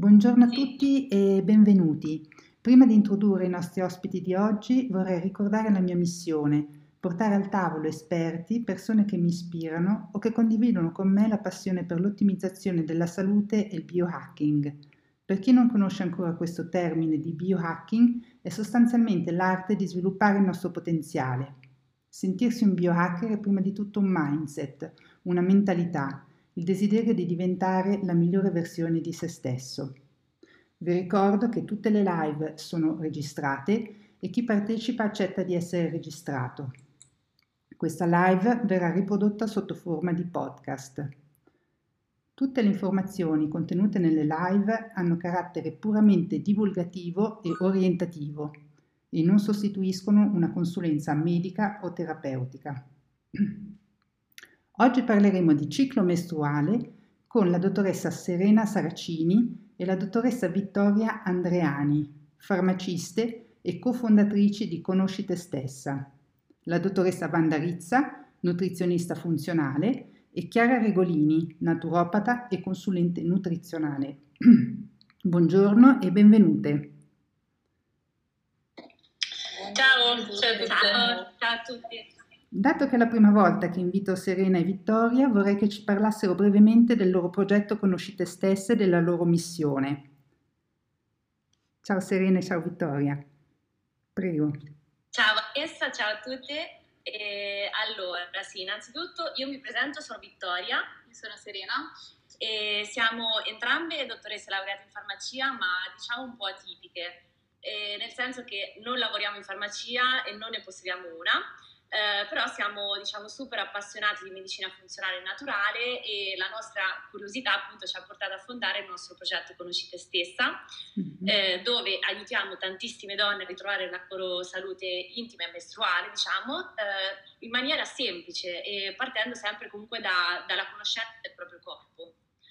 Buongiorno a Sì, tutti e benvenuti. Prima di introdurre i nostri ospiti di oggi, vorrei ricordare la mia missione: portare al tavolo esperti, persone che mi ispirano o che condividono con me la passione per l'ottimizzazione della salute e il biohacking. Per chi non conosce ancora questo termine di biohacking, è sostanzialmente l'arte di sviluppare il nostro potenziale. Sentirsi un biohacker è prima di tutto un mindset, una mentalità, il desiderio di diventare la migliore versione di se stesso. Vi ricordo che tutte le live sono registrate e chi partecipa accetta di essere registrato. Questa live verrà riprodotta sotto forma di podcast. Tutte le informazioni contenute nelle live hanno carattere puramente divulgativo e orientativo e non sostituiscono una consulenza medica o terapeutica. Oggi parleremo di ciclo mestruale con la dottoressa Serena Saracini e la dottoressa Vittoria Andreani, farmaciste e cofondatrici di Conosci te stessa, la dottoressa Wanda Rizza, nutrizionista funzionale, e Chiara Regolini, naturopata e consulente nutrizionale. Buongiorno e benvenute. ciao, ciao a tutti. Dato che è la prima volta che invito Serena e Vittoria, vorrei che ci parlassero brevemente del loro progetto Conosci te stesse e della loro missione. Ciao Serena e ciao Vittoria. Prego. Ciao Vanessa, ciao a tutti. Allora, sì, innanzitutto io mi presento, sono Vittoria. Io sono Serena. E siamo entrambe dottoresse laureate in farmacia, ma diciamo un po' atipiche, nel senso che non lavoriamo in farmacia e non ne possediamo una. Però siamo, diciamo, super appassionati di medicina funzionale e naturale e la nostra curiosità appunto ci ha portato a fondare il nostro progetto Conosci te stessa, dove aiutiamo tantissime donne a ritrovare la loro salute intima e mestruale, diciamo, in maniera semplice e partendo sempre comunque dalla conoscenza del proprio corpo.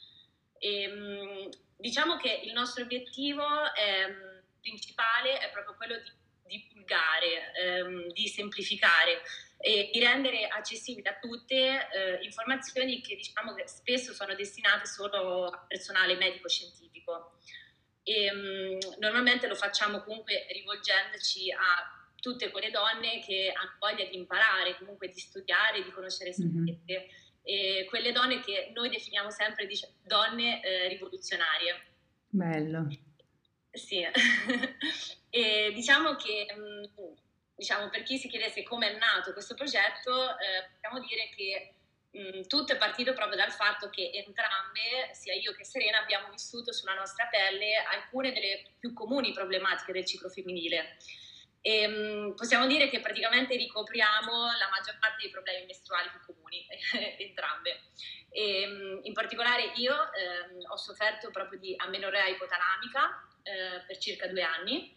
Diciamo che il nostro obiettivo principale è proprio quello di divulgare, di semplificare e di rendere accessibili a tutte informazioni che diciamo che spesso sono destinate solo a personale medico-scientifico. Normalmente lo facciamo comunque rivolgendoci a tutte quelle donne che hanno voglia di imparare, comunque di studiare, di conoscere se stesse. E quelle donne che noi definiamo sempre donne rivoluzionarie. Bello. Sì, e diciamo che diciamo, per chi si chiedesse come è nato questo progetto, possiamo dire che tutto è partito proprio dal fatto che entrambe, sia io che Serena, abbiamo vissuto sulla nostra pelle alcune delle più comuni problematiche del ciclo femminile. Possiamo dire che praticamente ricopriamo la maggior parte dei problemi mestruali più comuni, entrambe. In particolare io ho sofferto proprio di amenorrea ipotalamica per circa 2 anni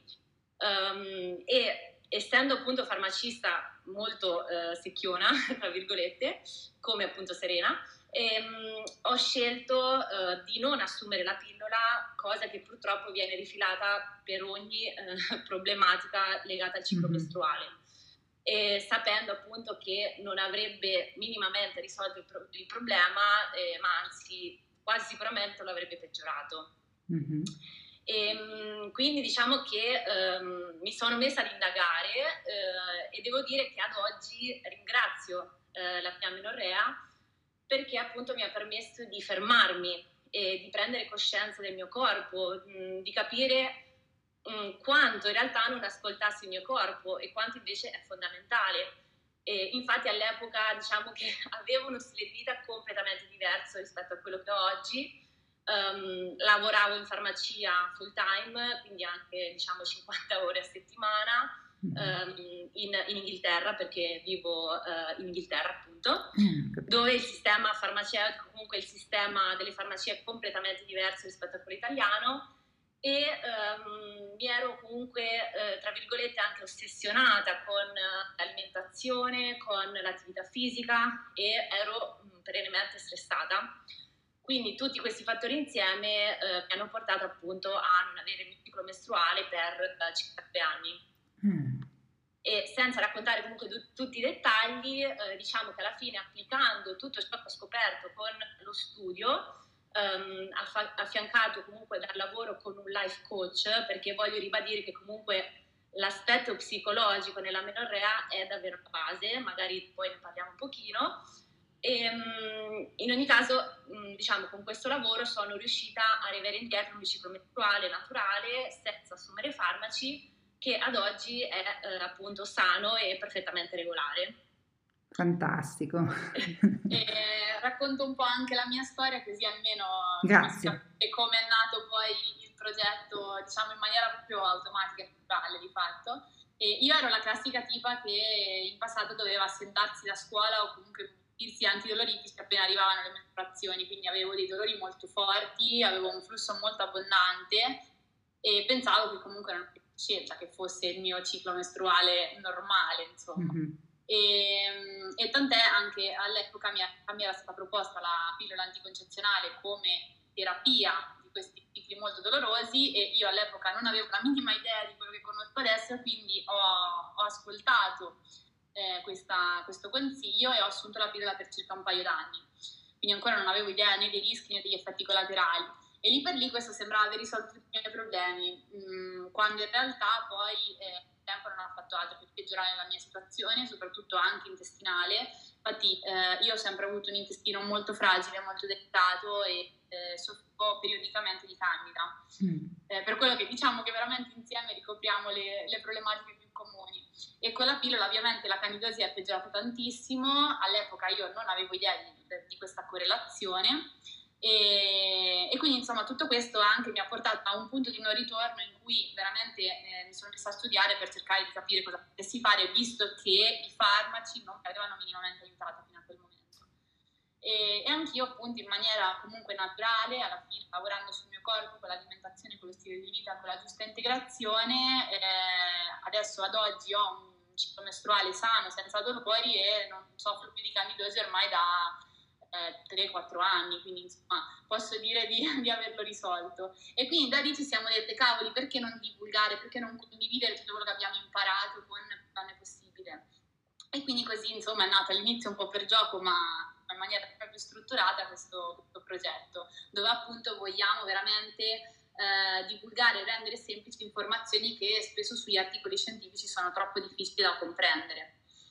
e essendo appunto farmacista molto secchiona, tra virgolette, come appunto Serena, ho scelto di non assumere la pillola, cosa che purtroppo viene rifilata per ogni problematica legata al ciclo mestruale. E sapendo appunto che non avrebbe minimamente risolto il problema, ma anzi quasi sicuramente lo avrebbe peggiorato. Quindi diciamo che mi sono messa ad indagare e devo dire che ad oggi ringrazio la mia amenorrea perché appunto mi ha permesso di fermarmi e di prendere coscienza del mio corpo, di capire quanto in realtà non ascoltassi il mio corpo e quanto invece è fondamentale. E infatti all'epoca diciamo che avevo uno stile di vita completamente diverso rispetto a quello che ho oggi. Lavoravo in farmacia full time, quindi anche diciamo 50 ore a settimana, in Inghilterra, perché vivo in Inghilterra appunto, dove il sistema farmaceutico, comunque il sistema delle farmacie è completamente diverso rispetto a quello italiano e mi ero comunque tra virgolette anche ossessionata con l'alimentazione, con l'attività fisica e ero perennemente stressata. Quindi tutti questi fattori insieme mi hanno portato appunto a non avere il ciclo mestruale per circa 2 anni. E senza raccontare comunque tutti i dettagli, diciamo che alla fine applicando tutto ciò che ho scoperto con lo studio, affiancato comunque dal lavoro con un life coach, perché voglio ribadire che comunque l'aspetto psicologico nell'amenorrea è davvero la base, magari poi ne parliamo un pochino. E, in ogni caso, diciamo, con questo lavoro sono riuscita a riavere indietro un ciclo mestruale naturale senza assumere farmaci, che ad oggi è appunto sano e perfettamente regolare. Fantastico. Racconto un po' anche la mia storia, così almeno si Grazie. capisce come è nato poi il progetto, diciamo, in maniera proprio automatica e naturale di fatto. E io ero la classica tipa che in passato doveva assentarsi da scuola o comunque dirsi antidolorifici appena arrivavano le mestruazioni, quindi avevo dei dolori molto forti, avevo un flusso molto abbondante e pensavo che comunque non fosse scelta, che fosse il mio ciclo mestruale normale, insomma. Mm-hmm. E tant'è, anche all'epoca mi era stata proposta la pillola anticoncezionale come terapia di questi cicli molto dolorosi, e io all'epoca non avevo la minima idea di quello che conosco adesso, quindi ho ascoltato questo consiglio e ho assunto la pillola per circa un paio d'anni, quindi ancora non avevo idea né dei rischi né degli effetti collaterali, e lì per lì questo sembrava aver risolto tutti i miei problemi, quando in realtà poi il tempo non ha fatto altro che peggiorare la mia situazione, soprattutto anche intestinale. Infatti io ho sempre avuto un intestino molto fragile, molto delicato, e soffrivo periodicamente di candida, per quello che diciamo che veramente insieme ricopriamo le problematiche più comuni. E con la pillola ovviamente la candidosi è peggiorata tantissimo, all'epoca io non avevo idea di questa correlazione, e quindi insomma tutto questo anche mi ha portato a un punto di non ritorno in cui veramente mi sono messa a studiare per cercare di capire cosa potessi fare, visto che i farmaci non mi avevano minimamente aiutato fino a quel momento. E anch'io appunto in maniera comunque naturale, alla fine lavorando sul mio corpo, con l'alimentazione, con lo stile di vita, con la giusta integrazione, adesso ad oggi ho un ciclo mestruale sano, senza dolori, e non soffro più di candidosi ormai da 3-4 anni, quindi insomma posso dire di averlo risolto. E quindi da lì ci siamo dette, cavoli, perché non divulgare, perché non condividere tutto quello che abbiamo imparato con più donne possibile. E quindi così insomma è nato all'inizio un po' per gioco, ma in maniera proprio strutturata questo progetto, dove appunto vogliamo veramente divulgare e rendere semplici informazioni che spesso sugli articoli scientifici sono troppo difficili da comprendere.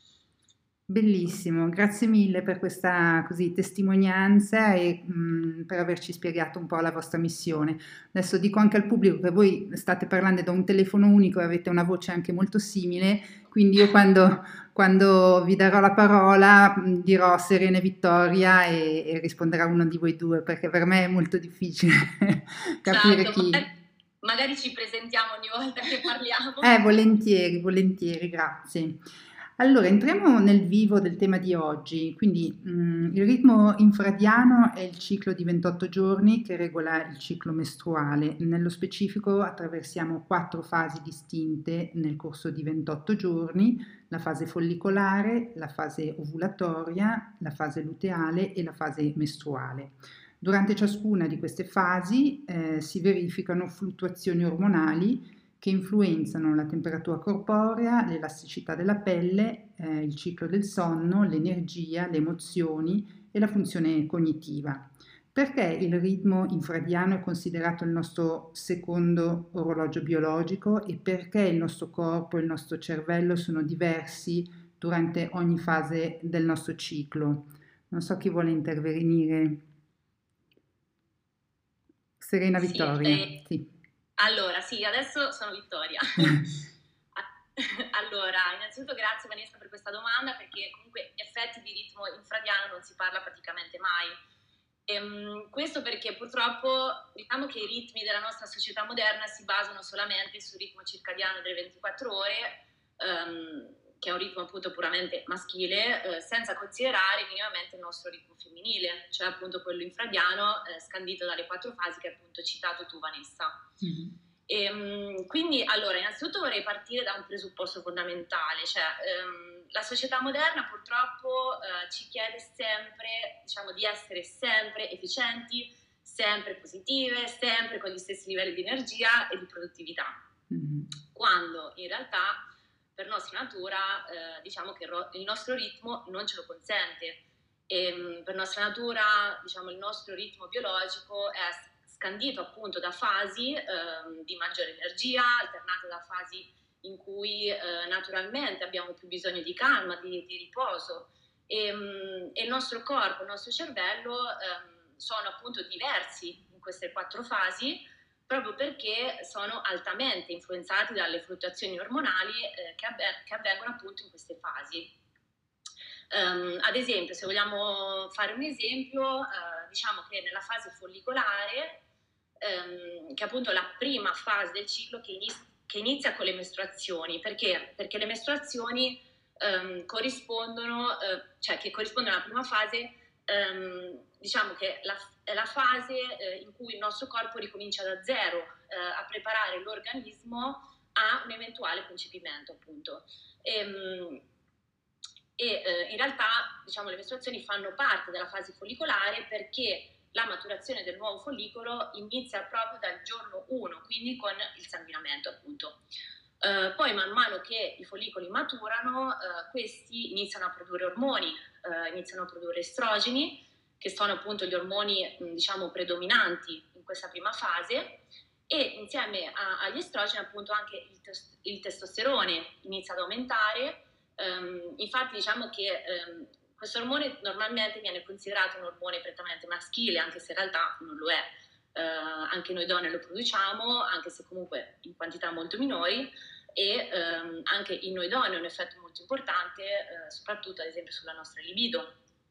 Bellissimo, grazie mille per questa così testimonianza e per averci spiegato un po' la vostra missione. Adesso dico anche al pubblico che voi state parlando da un telefono unico e avete una voce anche molto simile, quindi io quando vi darò la parola dirò Serena e Vittoria e risponderà uno di voi due, perché per me è molto difficile capire Certo, chi... magari ci presentiamo ogni volta che parliamo. Volentieri, volentieri, grazie. Allora, entriamo nel vivo del tema di oggi, quindi il ritmo infradiano è il ciclo di 28 giorni che regola il ciclo mestruale. Nello specifico attraversiamo 4 fasi distinte nel corso di 28 giorni, la fase follicolare, la fase ovulatoria, la fase luteale e la fase mestruale. Durante ciascuna di queste fasi si verificano fluttuazioni ormonali che influenzano la temperatura corporea, l'elasticità della pelle, il ciclo del sonno, l'energia, le emozioni e la funzione cognitiva. Perché il ritmo infradiano è considerato il nostro secondo orologio biologico e perché il nostro corpo e il nostro cervello sono diversi durante ogni fase del nostro ciclo? Non so chi vuole intervenire. Serena Vittoria, sì. Allora, sì, adesso sono Vittoria. Allora, innanzitutto grazie Vanessa per questa domanda, perché comunque effetti di ritmo infradiano non si parla praticamente mai. Questo perché purtroppo diciamo che i ritmi della nostra società moderna si basano solamente sul ritmo circadiano delle 24 ore, che è un ritmo appunto puramente maschile, senza considerare minimamente il nostro ritmo femminile, cioè appunto quello infradiano, scandito dalle 4 fasi che appunto hai citato tu Vanessa. Quindi allora innanzitutto vorrei partire da un presupposto fondamentale, cioè la società moderna purtroppo ci chiede sempre, diciamo, di essere sempre efficienti, sempre positive, sempre con gli stessi livelli di energia e di produttività, quando in realtà per nostra natura diciamo che il nostro ritmo non ce lo consente, Per nostra natura, diciamo, il nostro ritmo biologico è scandito appunto da fasi di maggiore energia, alternate da fasi in cui naturalmente abbiamo più bisogno di calma, di riposo, e il nostro corpo, il nostro cervello sono appunto diversi in queste 4 fasi, proprio perché sono altamente influenzati dalle fluttuazioni ormonali che avvengono appunto in queste fasi. Ad esempio, se vogliamo fare un esempio, diciamo che nella fase follicolare, che è appunto la prima fase del ciclo che inizia con le mestruazioni, perché le mestruazioni corrispondono, cioè che corrispondono alla prima fase, diciamo che è la fase in cui il nostro corpo ricomincia da zero a preparare l'organismo a un eventuale concepimento, appunto. In realtà, diciamo, le mestruazioni fanno parte della fase follicolare perché la maturazione del nuovo follicolo inizia proprio dal giorno 1, quindi con il sanguinamento, appunto. Poi man mano che i follicoli maturano, questi iniziano a produrre ormoni, iniziano a produrre estrogeni, che sono appunto gli ormoni, diciamo, predominanti in questa prima fase, e insieme agli estrogeni appunto anche il testosterone inizia ad aumentare. Infatti diciamo che questo ormone normalmente viene considerato un ormone prettamente maschile, anche se in realtà non lo è. Anche noi donne lo produciamo, anche se comunque in quantità molto minori, e anche in noi donne ha un effetto molto importante, soprattutto ad esempio sulla nostra libido.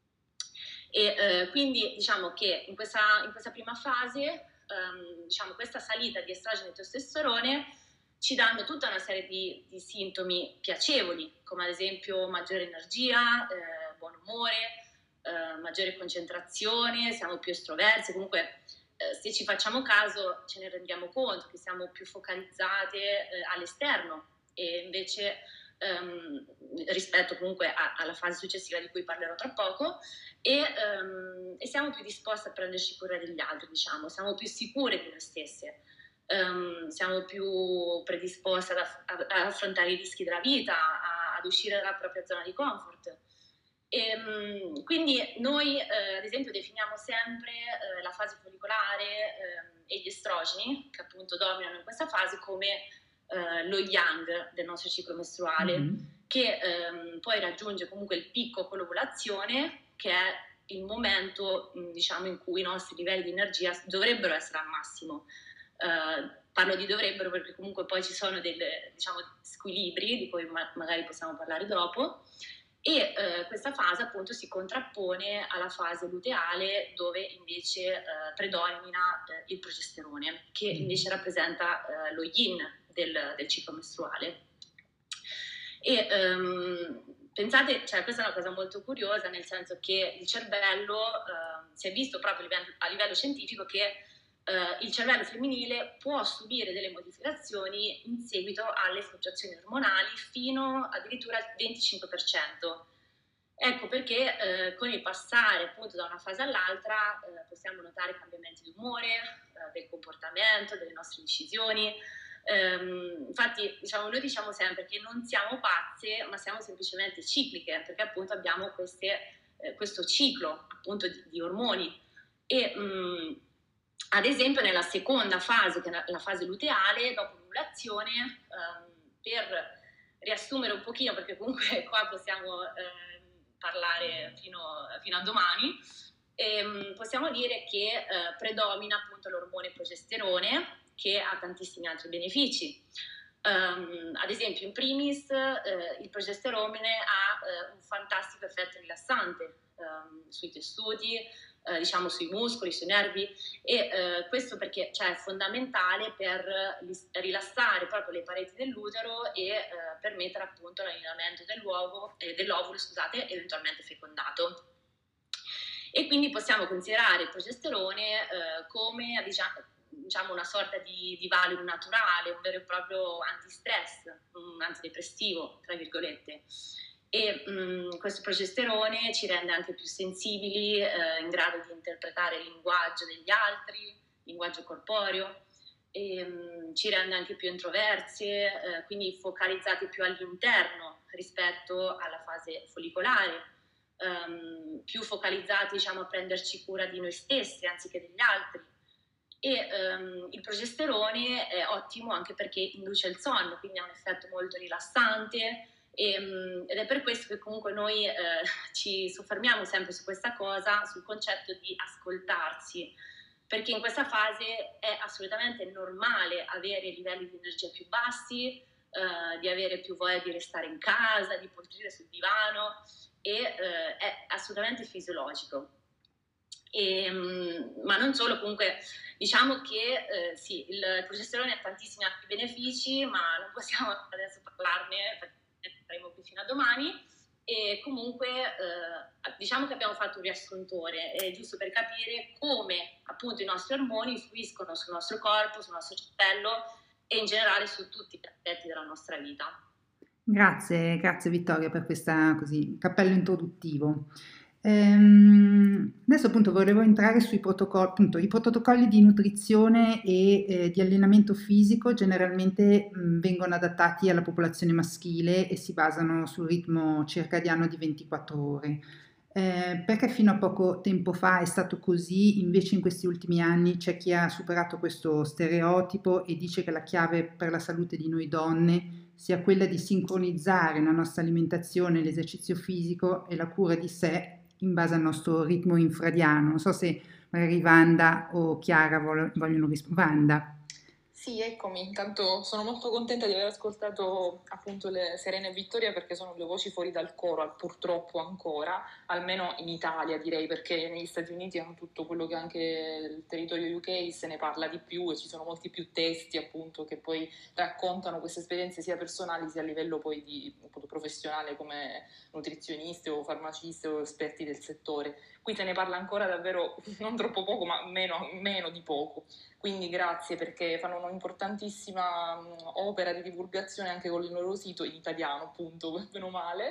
E quindi diciamo che in questa prima fase, diciamo, questa salita di estrogeno e testosterone ci danno tutta una serie di sintomi piacevoli, come ad esempio maggiore energia, buon umore, maggiore concentrazione, siamo più estroversi, comunque se ci facciamo caso ce ne rendiamo conto che siamo più focalizzate all'esterno, e invece rispetto comunque alla fase successiva di cui parlerò tra poco, e siamo più disposte a prenderci cura degli altri, diciamo, siamo più sicure di noi stesse. Siamo più predisposti ad affrontare i rischi della vita, ad uscire dalla propria zona di comfort. Quindi noi ad esempio definiamo sempre la fase follicolare e gli estrogeni, che appunto dominano in questa fase, come lo yang del nostro ciclo mestruale, che poi raggiunge comunque il picco con l'ovulazione, che è il momento diciamo in cui i nostri livelli di energia dovrebbero essere al massimo. Parlo di dovrebbero perché comunque poi ci sono dei, diciamo, squilibri di cui magari possiamo parlare dopo, e questa fase appunto si contrappone alla fase luteale, dove invece predomina il progesterone, che invece rappresenta lo yin del ciclo mestruale. E pensate, cioè, questa è una cosa molto curiosa, nel senso che il cervello, si è visto proprio a livello scientifico che il cervello femminile può subire delle modificazioni in seguito alle fluttuazioni ormonali fino addirittura al 25%. Ecco perché con il passare appunto da una fase all'altra possiamo notare cambiamenti di umore, del comportamento, delle nostre decisioni. Infatti diciamo, noi diciamo sempre che non siamo pazze, ma siamo semplicemente cicliche, perché appunto abbiamo questo ciclo appunto di ormoni. E ad esempio nella seconda fase, che è la fase luteale, dopo l'ovulazione, per riassumere un pochino, perché comunque qua possiamo parlare fino a domani, possiamo dire che predomina appunto l'ormone progesterone, che ha tantissimi altri benefici. Ad esempio in primis il progesterone ha un fantastico effetto rilassante sui tessuti, diciamo sui muscoli, sui nervi, e questo perché cioè, è fondamentale per rilassare proprio le pareti dell'utero e permettere appunto l'allineamento dell'ovulo, scusate, eventualmente fecondato. E quindi possiamo considerare il progesterone come diciamo una sorta di valium naturale, un vero e proprio antistress, un antidepressivo, tra virgolette. E questo progesterone ci rende anche più sensibili, in grado di interpretare il linguaggio degli altri, il linguaggio corporeo, e ci rende anche più introverse, quindi focalizzate più all'interno rispetto alla fase follicolare. più focalizzati, diciamo, a prenderci cura di noi stessi anziché degli altri. E il progesterone è ottimo anche perché induce il sonno, quindi ha un effetto molto rilassante, ed è per questo che comunque noi ci soffermiamo sempre su questa cosa, sul concetto di ascoltarsi, perché in questa fase è assolutamente normale avere livelli di energia più bassi, di avere più voglia di restare in casa, di poltrire sul divano, e è assolutamente fisiologico. Ma non solo, comunque diciamo che sì, il progesterone ha tantissimi altri benefici, ma non possiamo adesso parlarne perché staremo qui fino a domani. E comunque diciamo che abbiamo fatto un riassuntore, giusto per capire come appunto i nostri ormoni influiscono sul nostro corpo, sul nostro cervello e in generale su tutti gli aspetti della nostra vita. Grazie Vittoria per questa così cappello introduttivo. Adesso appunto volevo entrare sui protocolli, appunto, i protocolli di nutrizione e di allenamento fisico generalmente vengono adattati alla popolazione maschile e si basano sul ritmo circadiano di 24 ore. Perché fino a poco tempo fa è stato così, invece in questi ultimi anni c'è chi ha superato questo stereotipo e dice che la chiave per la salute di noi donne sia quella di sincronizzare la nostra alimentazione, l'esercizio fisico e la cura di sé in base al nostro ritmo infradiano. Non so se magari Wanda o Chiara vogliono rispondere. Wanda. Sì, eccomi, intanto sono molto contenta di aver ascoltato appunto le Serena e Vittoria perché sono due voci fuori dal coro, purtroppo ancora, almeno in Italia direi, perché negli Stati Uniti hanno tutto quello che anche il territorio UK se ne parla di più e ci sono molti più testi appunto che poi raccontano queste esperienze sia personali sia a livello poi di appunto, professionale come nutrizioniste o farmaciste o esperti del settore. Qui se ne parla ancora davvero non troppo poco, ma meno di poco. Quindi grazie perché fanno un'importantissima opera di divulgazione anche con il loro sito in italiano, appunto, meno male,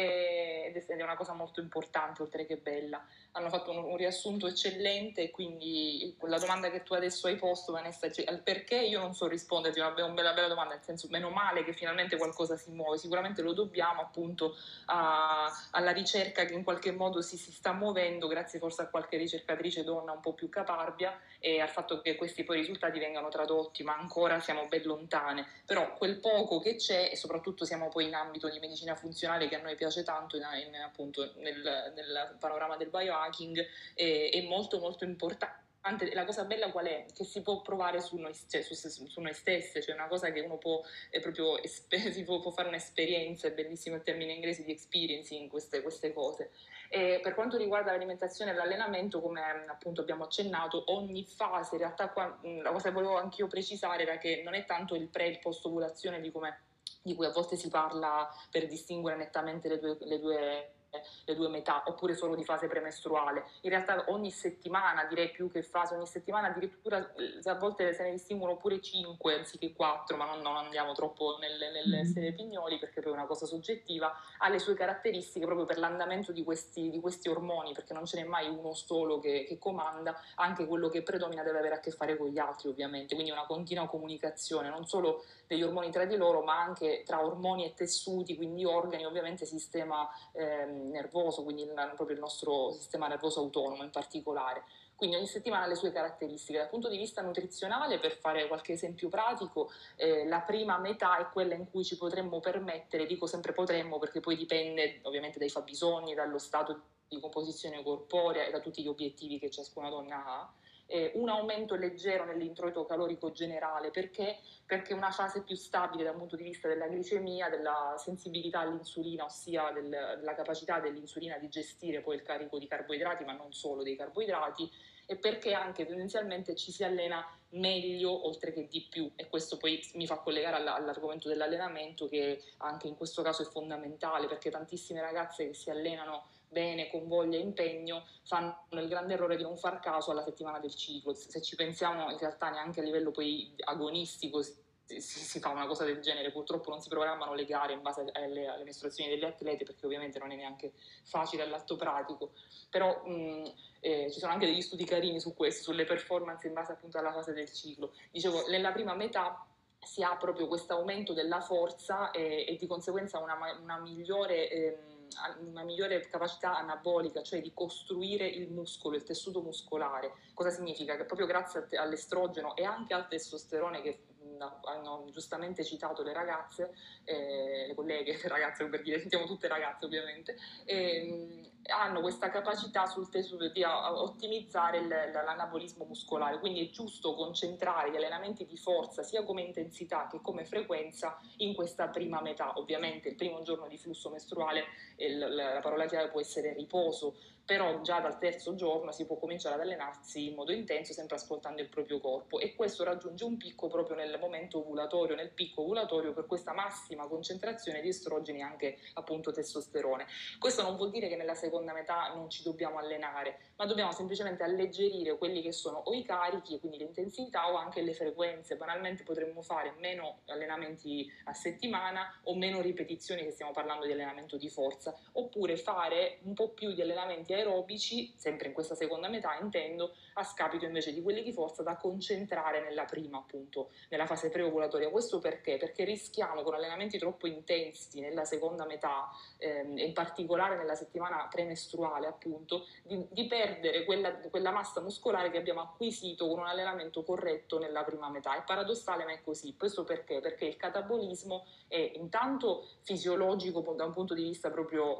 ed è una cosa molto importante, oltre che bella. Hanno fatto un riassunto eccellente, quindi la domanda che tu adesso hai posto, Vanessa, cioè, al perché io non so risponderti, è una bella domanda, nel senso meno male che finalmente qualcosa si muove, sicuramente lo dobbiamo appunto alla ricerca che in qualche modo si sta muovendo, grazie forse a qualche ricercatrice donna un po' più caparbia, e al fatto che questi poi risultati vengano tradotti, ma ancora siamo ben lontane. Però quel poco che c'è, e soprattutto siamo poi in ambito di medicina funzionale che a noi piace tanto appunto nel panorama del biohacking, è molto molto importante. La cosa bella qual è? Che si può provare su noi, cioè, su noi stesse, cioè una cosa che uno può proprio può fare un'esperienza, è bellissimo il termine inglese di experiencing queste cose. E per quanto riguarda l'alimentazione e l'allenamento, come appunto abbiamo accennato, ogni fase, in realtà qua, la cosa che volevo anch'io precisare era che non è tanto il pre e il post ovulazione di cui a volte si parla per distinguere nettamente le due metà, oppure solo di fase premestruale. In realtà ogni settimana, direi più che fase, ogni settimana addirittura a volte se ne distinguono pure 5 anziché 4, ma non andiamo troppo nelle essere pignoli perché poi è una cosa soggettiva, ha le sue caratteristiche proprio per l'andamento di questi ormoni, perché non ce n'è mai uno solo che comanda, anche quello che predomina deve avere a che fare con gli altri ovviamente, quindi una continua comunicazione non solo degli ormoni tra di loro ma anche tra ormoni e tessuti, quindi organi, ovviamente sistema nervoso, quindi proprio il nostro sistema nervoso autonomo in particolare. Quindi ogni settimana ha le sue caratteristiche. Dal punto di vista nutrizionale, per fare qualche esempio pratico, la prima metà è quella in cui ci potremmo permettere, dico sempre potremmo perché poi dipende ovviamente dai fabbisogni, dallo stato di composizione corporea e da tutti gli obiettivi che ciascuna donna ha, un aumento leggero nell'introito calorico generale. Perché è una fase più stabile dal punto di vista della glicemia, della sensibilità all'insulina, ossia della capacità dell'insulina di gestire poi il carico di carboidrati, ma non solo dei carboidrati, e perché anche tendenzialmente ci si allena meglio oltre che di più, e questo poi mi fa collegare all'argomento dell'allenamento, che anche in questo caso è fondamentale, perché tantissime ragazze che si allenano bene, con voglia e impegno, fanno il grande errore di non far caso alla settimana del ciclo. Se ci pensiamo, in realtà neanche a livello poi agonistico si fa una cosa del genere. Purtroppo non si programmano le gare in base alle mestruazioni degli atleti, perché ovviamente non è neanche facile all'atto pratico, però ci sono anche degli studi carini su questo, sulle performance in base appunto alla fase del ciclo. Dicevo, nella prima metà si ha proprio questo aumento della forza e di conseguenza una migliore una migliore capacità anabolica, cioè di costruire il muscolo, il tessuto muscolare. Cosa significa? Che proprio grazie all'estrogeno e anche al testosterone che hanno giustamente citato le ragazze, le colleghe, le ragazze per dire, sentiamo tutte ragazze ovviamente, hanno questa capacità sul tessuto di ottimizzare l'anabolismo muscolare, quindi è giusto concentrare gli allenamenti di forza sia come intensità che come frequenza in questa prima metà. Ovviamente il primo giorno di flusso mestruale la parola chiave può essere riposo, però già dal terzo giorno si può cominciare ad allenarsi in modo intenso, sempre ascoltando il proprio corpo, e questo raggiunge un picco proprio nel momento ovulatorio, nel picco ovulatorio, per questa massima concentrazione di estrogeni e anche appunto testosterone. Questo non vuol dire che nella seconda metà non ci dobbiamo allenare, ma dobbiamo semplicemente alleggerire quelli che sono o i carichi, quindi l'intensità, o anche le frequenze. Banalmente potremmo fare meno allenamenti a settimana o meno ripetizioni, che stiamo parlando di allenamento di forza, oppure fare un po' più di allenamenti aerobici, sempre in questa seconda metà intendo, a scapito invece di quelli di forza da concentrare nella prima, appunto, nella fase preovulatoria. Questo perché? Perché rischiamo con allenamenti troppo intensi nella seconda metà, e in particolare nella settimana premestruale, appunto, di perdere quella massa muscolare che abbiamo acquisito con un allenamento corretto nella prima metà. È paradossale, ma è così. Questo perché? Perché il catabolismo è intanto fisiologico da un punto di vista proprio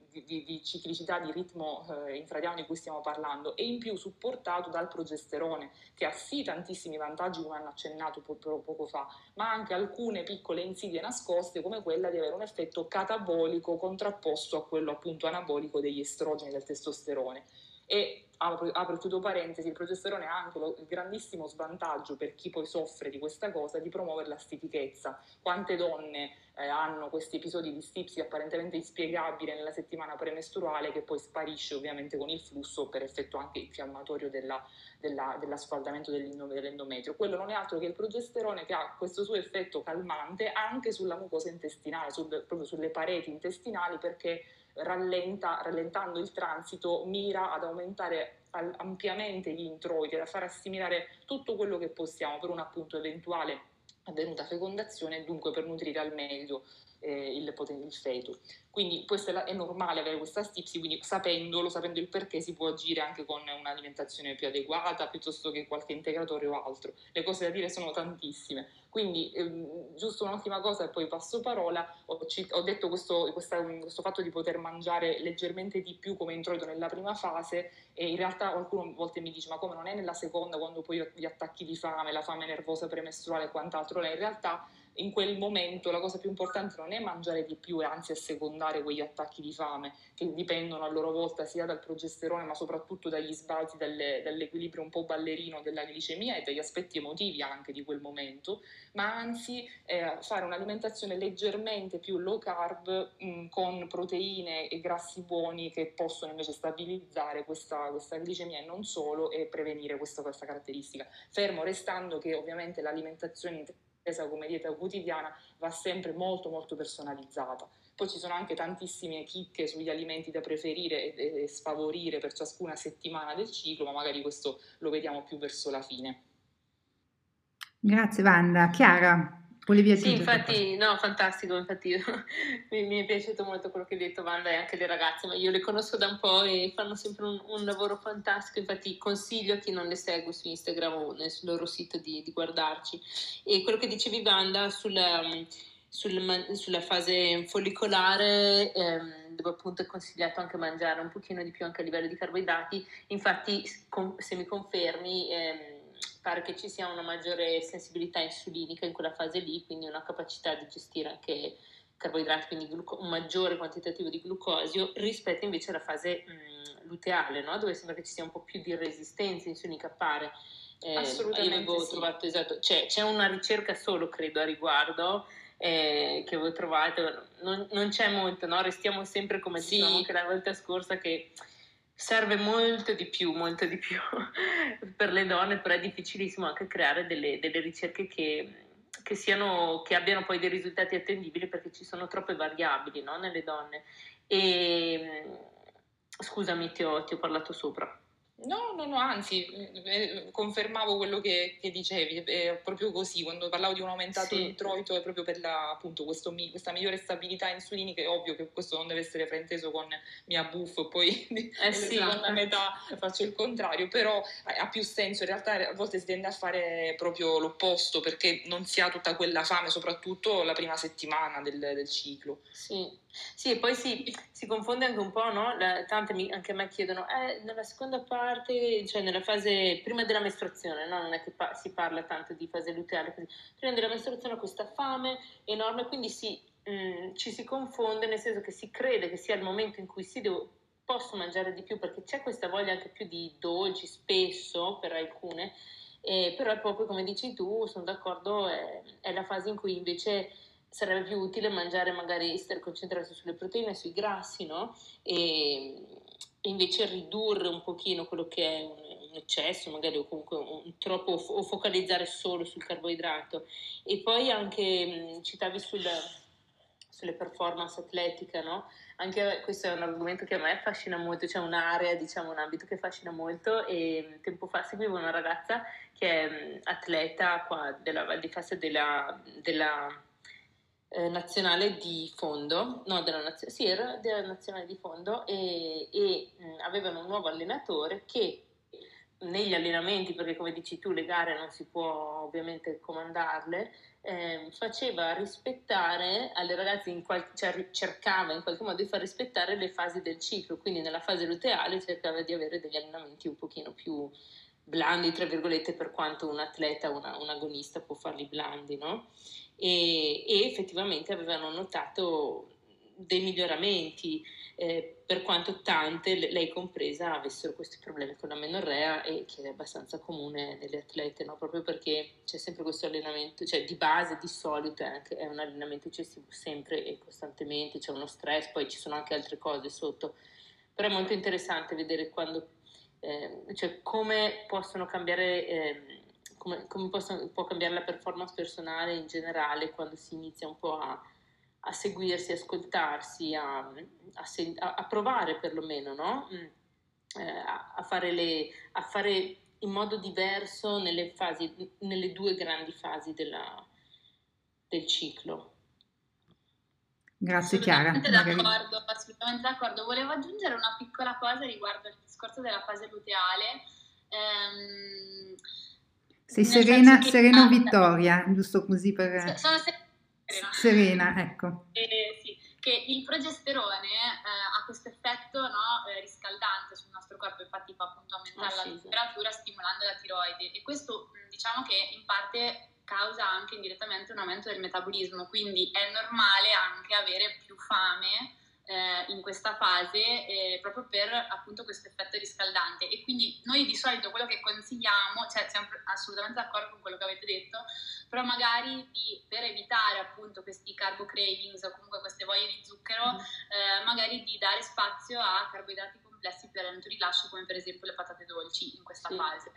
di ciclicità, di ritmo infradiano di cui stiamo parlando, e in più supportato dal progesterone, che ha sì tantissimi vantaggi, come hanno accennato poco fa, ma anche alcune piccole insidie nascoste, come quella di avere un effetto catabolico contrapposto a quello appunto anabolico degli estrogeni e del testosterone. E apro e chiudo parentesi, il progesterone ha anche il grandissimo svantaggio, per chi poi soffre di questa cosa, di promuovere la stitichezza. Quante donne hanno questi episodi di stipsi apparentemente inspiegabili nella settimana premestruale, che poi sparisce ovviamente con il flusso per effetto anche infiammatorio dell'asfaldamento dell'endometrio. Quello non è altro che il progesterone, che ha questo suo effetto calmante anche sulla mucosa intestinale, proprio sulle pareti intestinali, perché rallentando il transito mira ad aumentare ampiamente gli introiti, da far assimilare tutto quello che possiamo per un appunto eventuale avvenuta fecondazione, e dunque per nutrire al meglio il feto. Quindi questo è normale avere questa stipsi, quindi sapendo il perché si può agire anche con un'alimentazione più adeguata, piuttosto che qualche integratore o altro. Le cose da dire sono tantissime. Quindi giusto un'ultima cosa e poi passo parola. Ho detto questo fatto di poter mangiare leggermente di più come introito nella prima fase, e in realtà qualcuno a volte mi dice: ma come, non è nella seconda, quando poi ho gli attacchi di fame, la fame nervosa premestruale e quant'altro? In realtà in quel momento la cosa più importante non è mangiare di più e anzi assecondare quegli attacchi di fame, che dipendono a loro volta sia dal progesterone ma soprattutto dagli sbalzi, dall'equilibrio un po' ballerino della glicemia e dagli aspetti emotivi anche di quel momento, ma anzi fare un'alimentazione leggermente più low carb, con proteine e grassi buoni, che possono invece stabilizzare questa glicemia e non solo, e prevenire questa caratteristica, fermo restando che ovviamente l'alimentazione intesa come dieta quotidiana va sempre molto molto personalizzata. Poi ci sono anche tantissime chicche sugli alimenti da preferire e sfavorire per ciascuna settimana del ciclo, ma magari questo lo vediamo più verso la fine. Grazie Wanda. Chiara, volevi Sì, aggiungere infatti, no, fantastico, infatti mi è piaciuto molto quello che hai detto, Wanda, e anche le ragazze, ma io le conosco da un po' e fanno sempre un lavoro fantastico. Infatti consiglio a chi non le segue su Instagram o sul loro sito di guardarci. E quello che dicevi, Wanda, sulla fase follicolare, dove appunto è consigliato anche mangiare un pochino di più anche a livello di carboidrati. Infatti, se mi confermi, pare che ci sia una maggiore sensibilità insulinica in quella fase lì, quindi una capacità di gestire anche carboidrati, quindi un maggiore quantitativo di glucosio, rispetto invece alla fase luteale, no? Dove sembra che ci sia un po' più di resistenza insulinica, pare. Assolutamente io avevo trovato, esatto, c'è una ricerca solo, credo, a riguardo, che avevo trovato, non c'è molto, no? Restiamo sempre, come dicevamo anche la volta scorsa, che serve molto di più per le donne, però è difficilissimo anche creare delle ricerche che abbiano poi dei risultati attendibili, perché ci sono troppe variabili, no? Nelle donne. E scusami, ti ho parlato sopra. No, anzi, confermavo quello che dicevi, è proprio così, quando parlavo di un aumentato introito è proprio per appunto questa migliore stabilità insulinica. È ovvio che questo non deve essere frainteso con mi abbuffo e poi nella seconda metà faccio il contrario, però ha più senso, in realtà a volte si tende a fare proprio l'opposto perché non si ha tutta quella fame, soprattutto la prima settimana del ciclo. Sì, e poi si confonde anche un po', no? Tante anche a me chiedono, nella seconda parte, cioè nella fase prima della mestruazione, no? Non è che si parla tanto di fase luteale, così. Prima della mestruazione ho questa fame enorme, quindi ci si confonde, nel senso che si crede che sia il momento in cui posso mangiare di più, perché c'è questa voglia anche più di dolci, spesso, per alcune, però è proprio come dici tu, sono d'accordo, è la fase in cui invece sarebbe più utile mangiare, magari stare concentrati sulle proteine, sui grassi, no? E invece ridurre un pochino quello che è un eccesso, magari, o comunque un troppo, o focalizzare solo sul carboidrato. E poi anche citavi sulle performance atletiche, no? Anche questo è un argomento che a me affascina molto, c'è un'area, diciamo, un ambito che affascina molto, e tempo fa seguivo una ragazza che è atleta qua della Val di Fassa della nazionale di fondo, no, era della nazionale di fondo, e avevano un nuovo allenatore che negli allenamenti, perché come dici tu le gare non si può ovviamente comandarle, faceva rispettare alle ragazze, cioè cercava in qualche modo di far rispettare le fasi del ciclo, quindi nella fase luteale cercava di avere degli allenamenti un pochino più blandi, tra virgolette, per quanto un atleta, un agonista può farli blandi, no? E effettivamente avevano notato dei miglioramenti, per quanto tante, lei compresa, avessero questi problemi con la menorrea, e che è abbastanza comune nelle atlete, no? Proprio perché c'è sempre questo allenamento, cioè di base, di solito è un allenamento eccessivo sempre e costantemente, c'è uno stress, poi ci sono anche altre cose sotto, però è molto interessante vedere cioè come possono cambiare, come può cambiare la performance personale in generale quando si inizia un po' a seguirsi, ascoltarsi, a provare perlomeno, no? A fare in modo diverso nelle due grandi fasi del ciclo. Grazie Chiara. Assolutamente d'accordo. Volevo aggiungere una piccola cosa riguardo il discorso della fase luteale. Sei Serena o Vittoria, giusto così per... Sono Serena, ecco. Sì, che il progesterone ha questo effetto, no, riscaldante sul nostro corpo, infatti fa appunto aumentare la temperatura stimolando la tiroide, e questo diciamo che in parte causa anche indirettamente un aumento del metabolismo, quindi è normale anche avere più fame in questa fase, proprio per appunto questo effetto riscaldante. E quindi noi di solito quello che consigliamo, cioè siamo assolutamente d'accordo con quello che avete detto, però magari per evitare appunto questi carbo cravings o comunque queste voglie di zucchero, magari di dare spazio a carboidrati complessi più a lento rilascio, come per esempio le patate dolci in questa fase.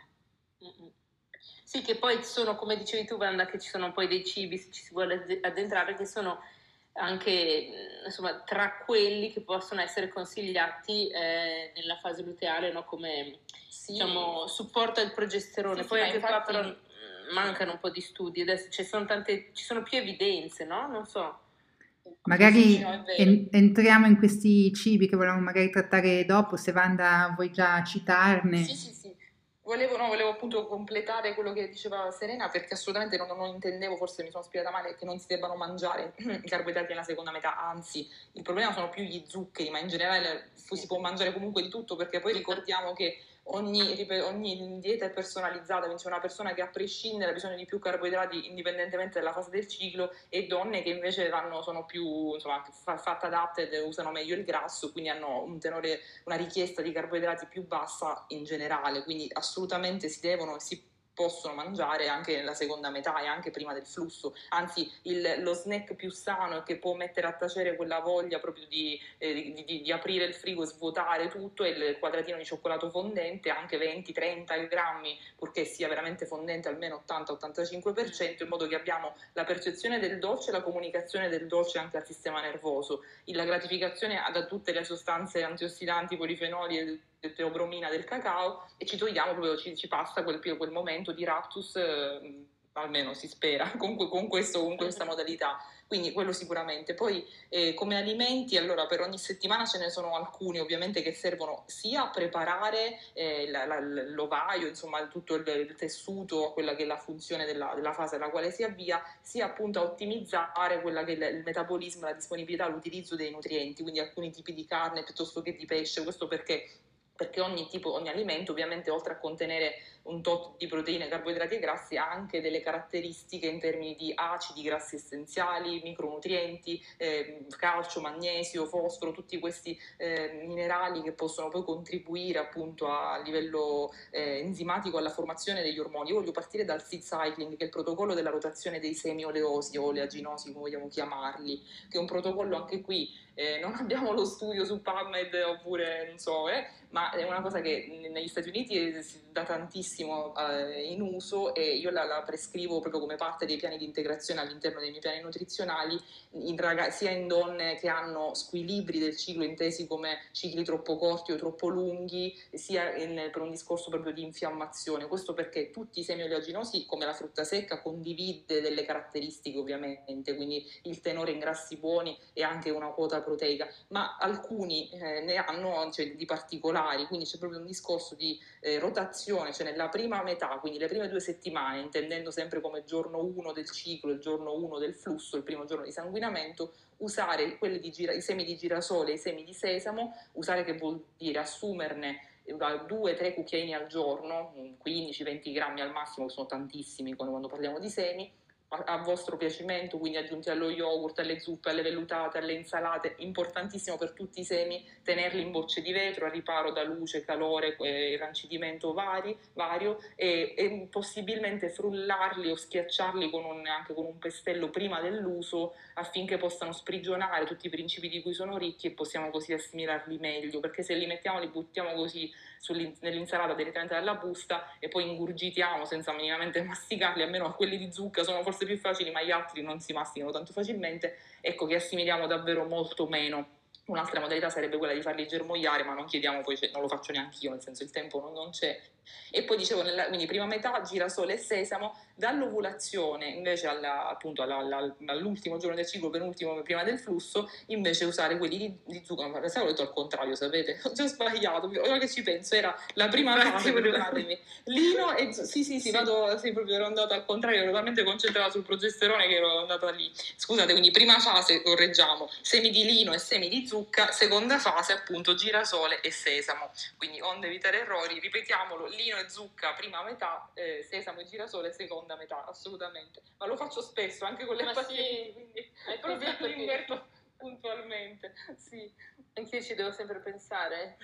Sì, che poi sono, come dicevi tu Wanda, che ci sono poi dei cibi, se ci si vuole addentrare, che sono anche insomma tra quelli che possono essere consigliati nella fase luteale, no? Come diciamo supporto al progesterone. Poi anche qua però mancano un po' di studi, adesso ci sono più evidenze, no? Non so. Magari entriamo in questi cibi che volevamo magari trattare dopo, se Wanda vuoi già citarne. Sì. Volevo appunto completare quello che diceva Serena, perché assolutamente non intendevo, forse mi sono spiegata male, che non si debbano mangiare i carboidrati nella seconda metà, anzi il problema sono più gli zuccheri, ma in generale si può mangiare comunque di tutto, perché poi ricordiamo che ogni dieta è personalizzata, quindi c'è una persona che a prescindere ha bisogno di più carboidrati indipendentemente dalla fase del ciclo, e donne che invece sono più fatte adapted, usano meglio il grasso, quindi hanno una richiesta di carboidrati più bassa in generale, quindi assolutamente si possono mangiare anche nella seconda metà e anche prima del flusso, anzi lo snack più sano che può mettere a tacere quella voglia proprio di aprire il frigo e svuotare tutto è il quadratino di cioccolato fondente, anche 20-30 grammi, purché sia veramente fondente almeno 80-85%, in modo che abbiamo la percezione del dolce e la comunicazione del dolce anche al sistema nervoso, la gratificazione da tutte le sostanze antiossidanti, polifenoli teobromina del cacao, e ci togliamo proprio, ci passa quel momento di raptus, almeno si spera, con questa modalità. Quindi quello sicuramente. Poi come alimenti, allora per ogni settimana ce ne sono alcuni ovviamente che servono sia a preparare l'ovaio, insomma tutto il tessuto, quella che è la funzione della fase alla quale si avvia, sia appunto a ottimizzare quella che è il metabolismo, la disponibilità, l'utilizzo dei nutrienti, quindi alcuni tipi di carne piuttosto che di pesce. Questo perché ogni alimento ovviamente, oltre a contenere un tot di proteine, carboidrati e grassi, ha anche delle caratteristiche in termini di acidi grassi essenziali, micronutrienti, calcio, magnesio, fosforo, tutti questi minerali che possono poi contribuire appunto a livello enzimatico alla formazione degli ormoni. Io voglio partire dal seed cycling, che è il protocollo della rotazione dei semi oleosi o oleaginosi, come vogliamo chiamarli, che è un protocollo anche qui, non abbiamo lo studio su PubMed oppure non so, ma è una cosa che negli Stati Uniti si dà tantissimo in uso, e io la prescrivo proprio come parte dei piani di integrazione all'interno dei miei piani nutrizionali, sia in donne che hanno squilibri del ciclo intesi come cicli troppo corti o troppo lunghi, sia per un discorso proprio di infiammazione. Questo perché tutti i semi oleaginosi, come la frutta secca, condivide delle caratteristiche ovviamente, quindi il tenore in grassi buoni e anche una quota proteica, ma alcuni ne hanno, cioè, di particolari, quindi c'è proprio un discorso di rotazione, cioè nella prima metà, quindi le prime 2 settimane, intendendo sempre come giorno 1 del ciclo, il giorno 1 del flusso, il primo giorno di sanguinamento, usare i semi di girasole e i semi di sesamo, usare, che vuol dire assumerne 2-3 cucchiaini al giorno, 15-20 grammi al massimo, che sono tantissimi quando parliamo di semi, a vostro piacimento, quindi aggiunti allo yogurt, alle zuppe, alle vellutate, alle insalate. Importantissimo per tutti i semi tenerli in bocce di vetro, a riparo da luce, calore, rancidimento vario, e possibilmente frullarli o schiacciarli anche con un pestello prima dell'uso, affinché possano sprigionare tutti i principi di cui sono ricchi e possiamo così assimilarli meglio, perché se li buttiamo così nell'insalata direttamente dalla busta e poi ingurgitiamo senza minimamente masticarli, almeno quelli di zucca sono forse più facili, ma gli altri non si masticano tanto facilmente, ecco che assimiliamo davvero molto meno. Un'altra modalità sarebbe quella di farli germogliare, ma non chiediamo poi, non lo faccio neanche io, nel senso il tempo non c'è. E poi dicevo, quindi prima metà girasole e sesamo, dall'ovulazione invece appunto all'ultimo giorno del ciclo, penultimo prima del flusso, invece usare quelli di zucchero. Ma pensavo, ho detto al contrario, sapete? Ho già sbagliato, ora che ci penso, era la prima fase, perdonatemi. Lino e sì, proprio ero andata al contrario, ero totalmente concentrata sul progesterone che ero andata lì. Scusate, quindi prima fase, correggiamo, semi di lino e semi di zucca, seconda fase appunto girasole e sesamo. Quindi onde evitare errori, ripetiamolo: lino e zucca prima metà, sesamo e girasole seconda metà, assolutamente. Ma lo faccio spesso anche con le pazienti, quindi proprio li inverto puntualmente. Sì, anch'io ci devo sempre pensare.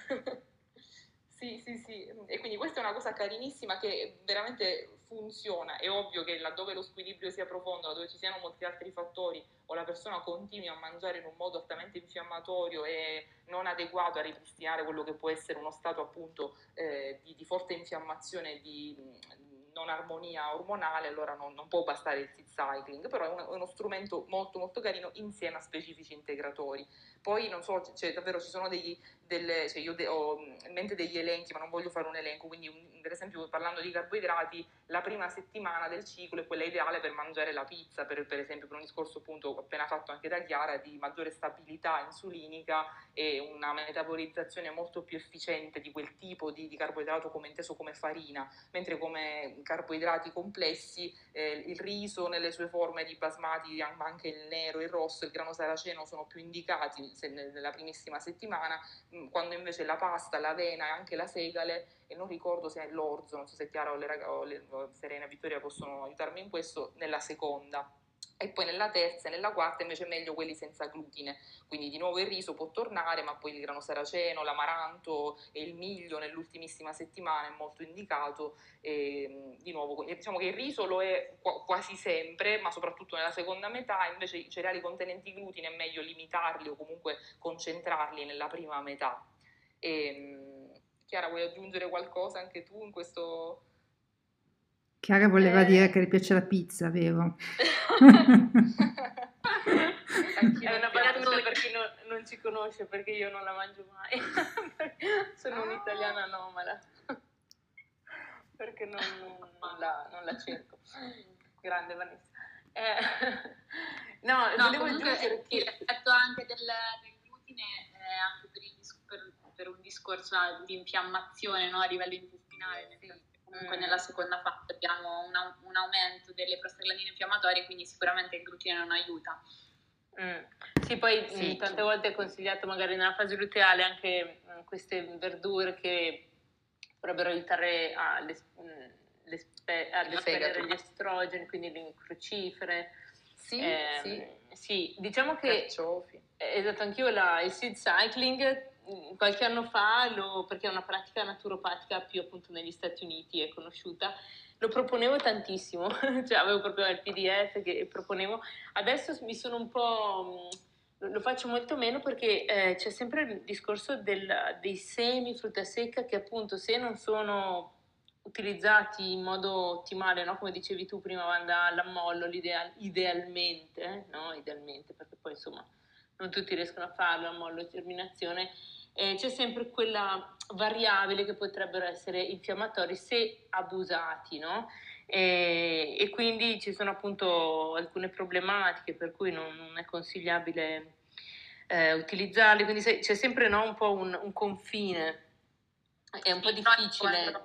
Sì, e quindi questa è una cosa carinissima che veramente funziona. È ovvio che laddove lo squilibrio sia profondo, laddove ci siano molti altri fattori, o la persona continui a mangiare in un modo altamente infiammatorio e non adeguato a ripristinare quello che può essere uno stato appunto di forte infiammazione, di non armonia ormonale, allora non può bastare il seed cycling, però è uno strumento molto molto carino insieme a specifici integratori. Poi non so, cioè, davvero ci sono cioè io ho in mente degli elenchi, ma non voglio fare un elenco, quindi per esempio parlando di carboidrati, la prima settimana del ciclo è quella ideale per mangiare la pizza, per esempio, per un discorso appunto appena fatto anche da Chiara, di maggiore stabilità insulinica e una metabolizzazione molto più efficiente di quel tipo di carboidrato, come inteso come farina, mentre come carboidrati complessi il riso nelle sue forme di basmati, ma anche il nero, il rosso, il grano saraceno sono più indicati nella primissima settimana, quando invece la pasta, l'avena e anche la segale, e non ricordo se è l'orzo, non so se Chiara o Serena e Vittoria possono aiutarmi in questo, nella seconda. E poi nella terza e nella quarta invece è meglio quelli senza glutine, quindi di nuovo il riso può tornare, ma poi il grano saraceno, l'amaranto e il miglio nell'ultimissima settimana è molto indicato. E di nuovo diciamo che il riso lo è quasi sempre, ma soprattutto nella seconda metà. Invece i cereali contenenti glutine è meglio limitarli o comunque concentrarli nella prima metà. Chiara, vuoi aggiungere qualcosa anche tu in questo? Chiara voleva dire che le piace la pizza, vero? È una bagatura per chi non non ci conosce perché io non la mangio mai. Sono un'italiana anomala. Perché non la cerco. Grande Vanessa. No, volevo aggiungere che l'effetto anche del glutine anche per un discorso di infiammazione, no, a livello intestinale, nel senso che comunque nella seconda fase abbiamo un aumento delle prostaglandine infiammatorie, quindi sicuramente il glutine non aiuta. Sì, poi tante volte è consigliato magari nella fase luteale anche queste verdure che potrebbero aiutare a espellere gli estrogeni, quindi le crucifere. Sì, diciamo che carciofi. Esatto, anch'io il seed cycling qualche anno fa, perché è una pratica naturopatica più appunto negli Stati Uniti, è conosciuta, lo proponevo tantissimo, cioè avevo proprio il PDF che proponevo. Adesso mi sono un po'... lo faccio molto meno perché c'è sempre il discorso dei semi, frutta secca, che appunto se non sono utilizzati in modo ottimale, no? Come dicevi tu prima, Wanda, all'ammollo, idealmente, no? Idealmente, perché poi insomma non tutti riescono a farlo, ammollo, germinazione, c'è sempre quella variabile che potrebbero essere infiammatori se abusati, no? E quindi ci sono appunto alcune problematiche per cui non è consigliabile utilizzarli, quindi c'è sempre, no, un po' un confine, è un po' difficile.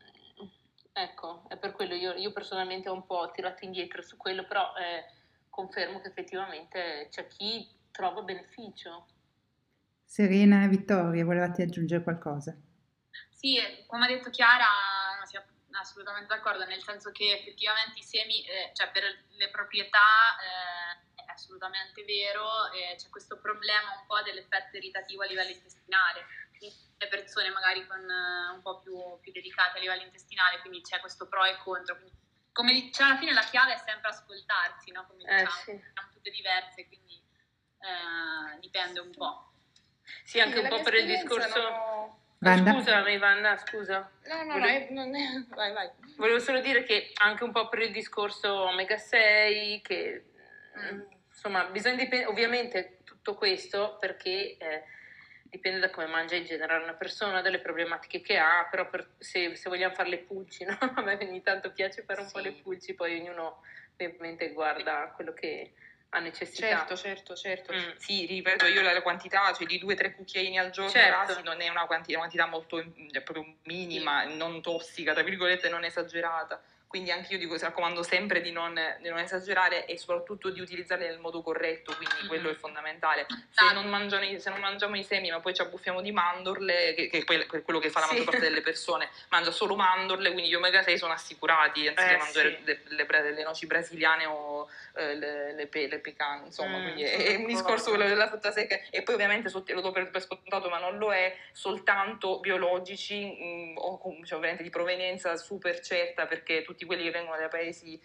Ecco, è per quello io personalmente ho un po' tirato indietro su quello, però confermo che effettivamente c'è chi trova beneficio. Serena e Vittoria, volevate aggiungere qualcosa? Sì, come ha detto Chiara, siamo assolutamente d'accordo, nel senso che effettivamente i semi, cioè per le proprietà è assolutamente vero, c'è questo problema un po' dell'effetto irritativo a livello intestinale, le persone magari con un po' più delicate a livello intestinale, quindi c'è questo pro e contro. Quindi, come diciamo, alla fine la chiave è sempre ascoltarsi, no? Come diciamo, sì. siamo tutte diverse, quindi dipende un po'. Sì, anche un po' per il discorso... Scusami, Wanda, scusa. No, vai. Volevo solo dire che anche un po' per il discorso omega 6, che insomma bisogna ovviamente tutto questo perché dipende da come mangia in generale una persona, dalle problematiche che ha, però se vogliamo fare le pulci, no? A me ogni tanto piace fare un po' le pulci, poi ognuno ovviamente guarda quello che ha necessità. Certo. Sì, ripeto, io la quantità, cioè di 2-3 cucchiaini al giorno rasi non è una quantità molto proprio minima, non tossica, tra virgolette, non esagerata. Quindi anche io dico, raccomando sempre di non esagerare e soprattutto di utilizzarle nel modo corretto, quindi quello è fondamentale. Se non mangiamo i semi ma poi ci abbuffiamo di mandorle, che è quello che fa la maggior parte delle persone, mangia solo mandorle, quindi gli omega 6 sono assicurati, anziché mangiare le noci brasiliane o le pecane, insomma, quindi è un discorso quello della frutta secca. E poi ovviamente lo do per scontato, ma non lo è, soltanto biologici o cioè, ovviamente di provenienza super certa, perché tutti quelli che vengono dai paesi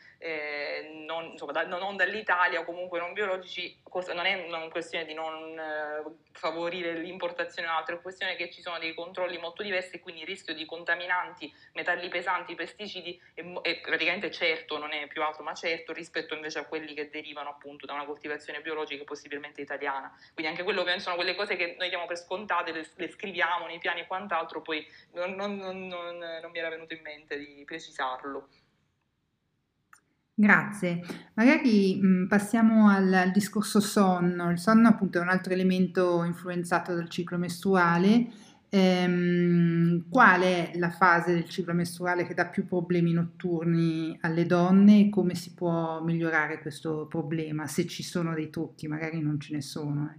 non dall'Italia o comunque non biologici, non è una questione di non favorire l'importazione o altro, è questione che ci sono dei controlli molto diversi e quindi il rischio di contaminanti, metalli pesanti, pesticidi è praticamente certo, non è più alto ma certo, rispetto invece a quelli che derivano appunto da una coltivazione biologica possibilmente italiana. Quindi anche quello ovviamente sono quelle cose che noi diamo per scontate, le scriviamo nei piani e quant'altro, poi non mi era venuto in mente di precisarlo. Grazie. Magari passiamo al discorso sonno. Il sonno appunto è un altro elemento influenzato dal ciclo mestruale. Qual è la fase del ciclo mestruale che dà più problemi notturni alle donne e come si può migliorare questo problema? Se ci sono dei trucchi, magari non ce ne sono.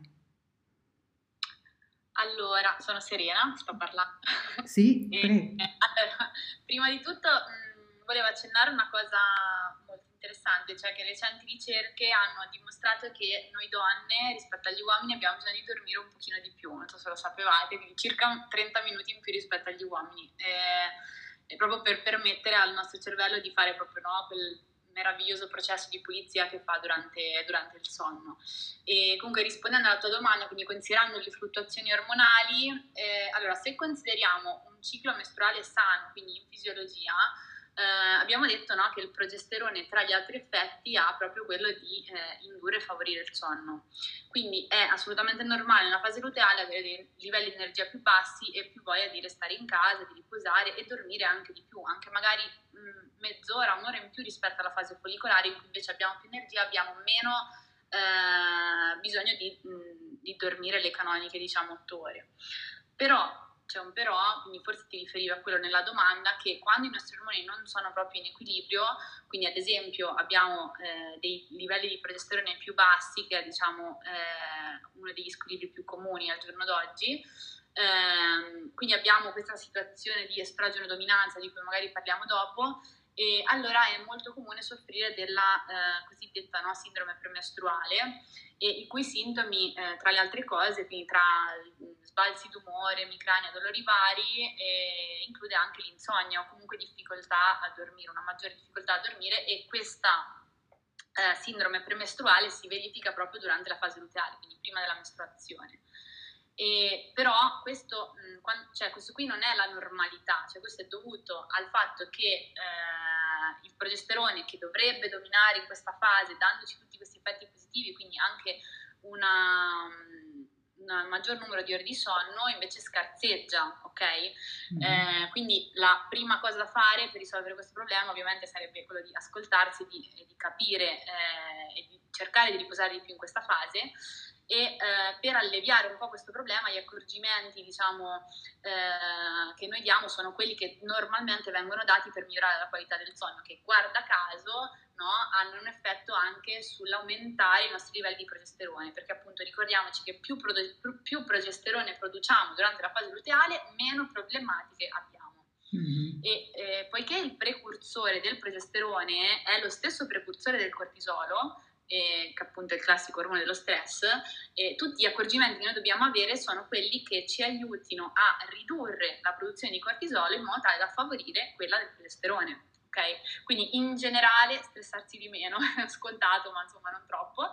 Allora, sono Serena, sto parlando. Sì, prego. Allora, prima di tutto volevo accennare una cosa molto interessante, cioè che recenti ricerche hanno dimostrato che noi donne rispetto agli uomini abbiamo bisogno di dormire un pochino di più, non so se lo sapevate, quindi circa 30 minuti in più rispetto agli uomini, proprio per permettere al nostro cervello di fare proprio quel meraviglioso processo di pulizia che fa durante il sonno. E comunque rispondendo alla tua domanda, quindi considerando le fluttuazioni ormonali, allora se consideriamo un ciclo mestruale sano, quindi in fisiologia, abbiamo detto, no, che il progesterone tra gli altri effetti ha proprio quello di indurre e favorire il sonno. Quindi è assolutamente normale nella fase luteale avere dei livelli di energia più bassi e più voglia di restare in casa, di riposare e dormire anche di più, anche magari mezz'ora, un'ora in più rispetto alla fase follicolare in cui invece abbiamo più energia, abbiamo meno bisogno di dormire le canoniche, diciamo, 8 ore. Però c'è un però, quindi forse ti riferiva a quello nella domanda, che quando i nostri ormoni non sono proprio in equilibrio, quindi ad esempio abbiamo dei livelli di progesterone più bassi, che è diciamo uno degli squilibri più comuni al giorno d'oggi, quindi abbiamo questa situazione di estrogeno dominanza di cui magari parliamo dopo, e allora è molto comune soffrire della cosiddetta, no, sindrome premestruale, e i cui sintomi, tra le altre cose, quindi tra sbalzi d'umore, emicrania, dolori vari, include anche l'insonnia o comunque difficoltà a dormire, una maggiore difficoltà a dormire, e questa sindrome premestruale si verifica proprio durante la fase luteale, quindi prima della mestruazione. Però questo qui non è la normalità, cioè questo è dovuto al fatto che il progesterone, che dovrebbe dominare in questa fase dandoci tutti questi effetti positivi, quindi anche un maggior numero di ore di sonno, invece scarseggia, ok? Quindi la prima cosa da fare per risolvere questo problema ovviamente sarebbe quello di ascoltarsi e di capire e di cercare di riposare di più in questa fase. E per alleviare un po' questo problema, gli accorgimenti, diciamo, che noi diamo sono quelli che normalmente vengono dati per migliorare la qualità del sonno, che guarda caso, no, hanno un effetto anche sull'aumentare i nostri livelli di progesterone, perché appunto ricordiamoci che più progesterone produciamo durante la fase luteale, meno problematiche abbiamo. E poiché il precursore del progesterone è lo stesso precursore del cortisolo, che appunto è il classico ormone dello stress, tutti gli accorgimenti che noi dobbiamo avere sono quelli che ci aiutino a ridurre la produzione di cortisolo in modo tale da favorire quella del progesterone. Okay? Quindi in generale stressarsi di meno, è scontato, ma insomma non troppo,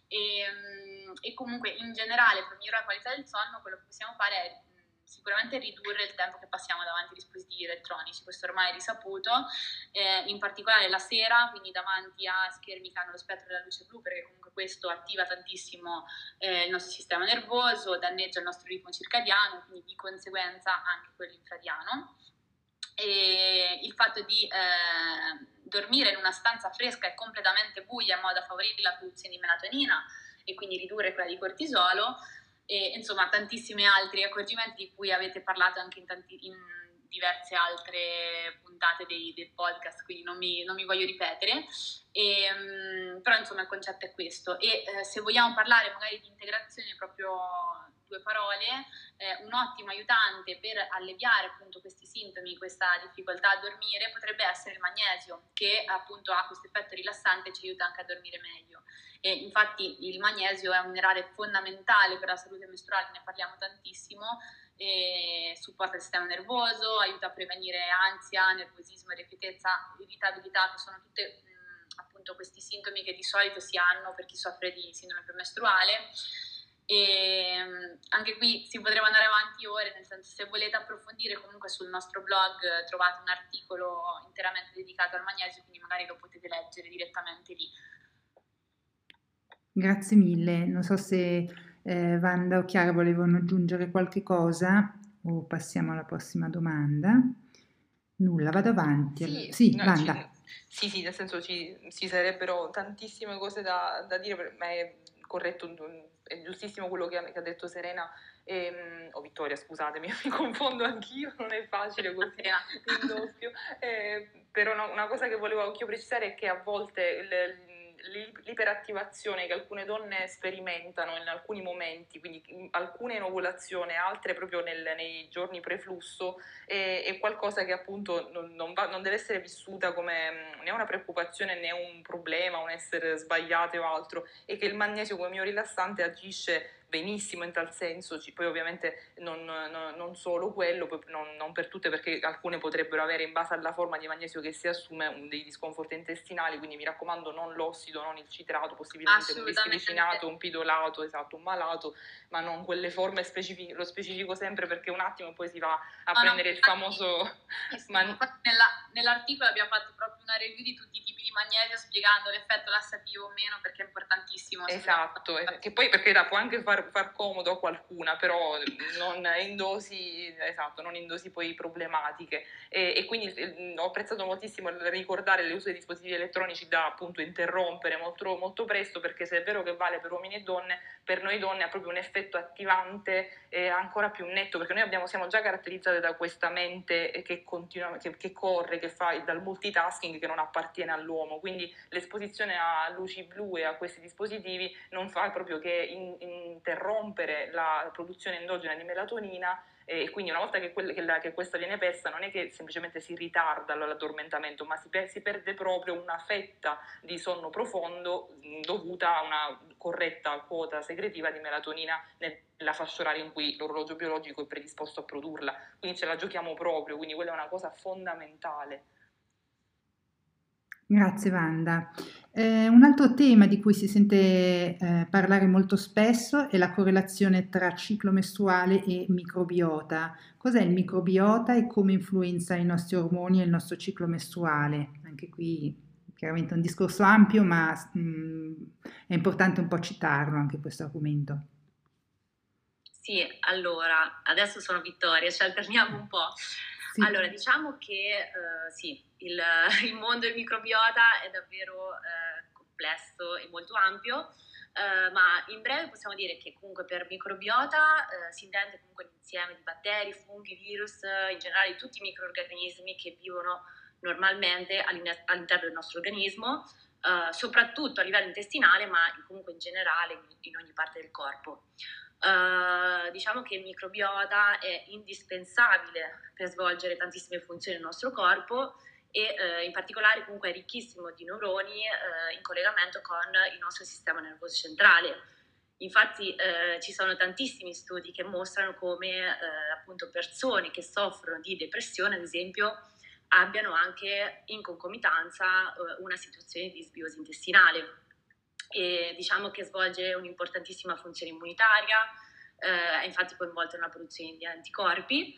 e comunque in generale per migliorare la qualità del sonno quello che possiamo fare è sicuramente ridurre il tempo che passiamo davanti ai dispositivi elettronici, questo ormai è risaputo, in particolare la sera, quindi davanti a schermi che hanno lo spettro della luce blu, perché comunque questo attiva tantissimo il nostro sistema nervoso, danneggia il nostro ritmo circadiano, quindi di conseguenza anche quello infradiano. E il fatto di dormire in una stanza fresca e completamente buia in modo da favorire la produzione di melatonina e quindi ridurre quella di cortisolo, e insomma tantissimi altri accorgimenti di cui avete parlato anche in diverse altre puntate del podcast, quindi non mi voglio ripetere, però insomma il concetto è questo. E se vogliamo parlare magari di integrazione, proprio 2 parole, un ottimo aiutante per alleviare appunto questi sintomi, questa difficoltà a dormire, potrebbe essere il magnesio, che appunto ha questo effetto rilassante e ci aiuta anche a dormire meglio. E infatti il magnesio è un minerale fondamentale per la salute mestruale, ne parliamo tantissimo, e supporta il sistema nervoso, aiuta a prevenire ansia, nervosismo, irrequietezza, irritabilità, che sono tutte appunto questi sintomi che di solito si hanno per chi soffre di sindrome premestruale. E anche qui si potrebbe andare avanti ore, nel senso, se volete approfondire, comunque sul nostro blog trovate un articolo interamente dedicato al magnesio, quindi magari lo potete leggere direttamente lì. Grazie mille, non so se Wanda o Chiara volevano aggiungere qualche cosa o passiamo alla prossima domanda. Nulla, vado avanti. Sì, no, Wanda. Sì, nel senso ci sarebbero tantissime cose da dire, ma è corretto, è giustissimo quello che ha detto Serena, o Vittoria, scusatemi, mi confondo anch'io, non è facile così in doppio, però una cosa che volevo anch'io precisare è che a volte l'iperattivazione che alcune donne sperimentano in alcuni momenti, quindi alcune in ovulazione, altre proprio nei giorni preflusso, è qualcosa che appunto non deve essere vissuta come né una preoccupazione né un problema, un essere sbagliate o altro, e che il magnesio come mio rilassante agisce benissimo in tal senso, poi ovviamente non solo quello, poi non per tutte, perché alcune potrebbero avere, in base alla forma di magnesio che si assume, dei disconforti intestinali, quindi mi raccomando non l'ossido, non il citrato, possibilmente un bisglicinato, un pidolato, esatto, un malato, ma non quelle forme specifiche, lo specifico sempre perché un attimo poi si va a prendere il famoso... Nell'articolo abbiamo fatto proprio una review di tutti i tipi di magnesio spiegando l'effetto lassativo o meno, perché è importantissimo. Esatto, che poi perché può anche far comodo a qualcuna, però non in dosi, esatto, non in dosi poi problematiche. E quindi ho apprezzato moltissimo il ricordare l'uso dei dispositivi elettronici da appunto interrompere molto, molto presto, perché se è vero che vale per uomini e donne, per noi donne ha proprio un effetto attivante ancora più netto, perché noi siamo già caratterizzate da questa mente che continua, che corre, che fa dal multitasking che non appartiene all'uomo, quindi l'esposizione a luci blu e a questi dispositivi non fa proprio che interrompere la produzione endogena di melatonina, e quindi una volta che questa viene persa non è che semplicemente si ritarda l'addormentamento, ma si perde proprio una fetta di sonno profondo dovuta a una corretta quota segretiva di melatonina nella fascia oraria in cui l'orologio biologico è predisposto a produrla, quindi ce la giochiamo proprio, quindi quella è una cosa fondamentale. Grazie Wanda. Un altro tema di cui si sente parlare molto spesso è la correlazione tra ciclo mestruale e microbiota. Cos'è il microbiota e come influenza i nostri ormoni e il nostro ciclo mestruale? Anche qui chiaramente è un discorso ampio, ma è importante un po' citarlo anche questo argomento. Sì, allora, adesso sono Vittoria, ci alterniamo un po'. Sì. Allora, diciamo che sì, il mondo del microbiota è davvero complesso e molto ampio, ma in breve possiamo dire che comunque per microbiota si intende comunque l'insieme di batteri, funghi, virus, in generale tutti i microrganismi che vivono normalmente all'interno del nostro organismo, soprattutto a livello intestinale, ma comunque in generale in ogni parte del corpo. Diciamo che il microbiota è indispensabile per svolgere tantissime funzioni nel nostro corpo e in particolare comunque è ricchissimo di neuroni in collegamento con il nostro sistema nervoso centrale. Infatti ci sono tantissimi studi che mostrano come appunto persone che soffrono di depressione, ad esempio, abbiano anche in concomitanza una situazione di disbiosi intestinale. E diciamo che svolge un'importantissima funzione immunitaria, è infatti coinvolto nella produzione di anticorpi,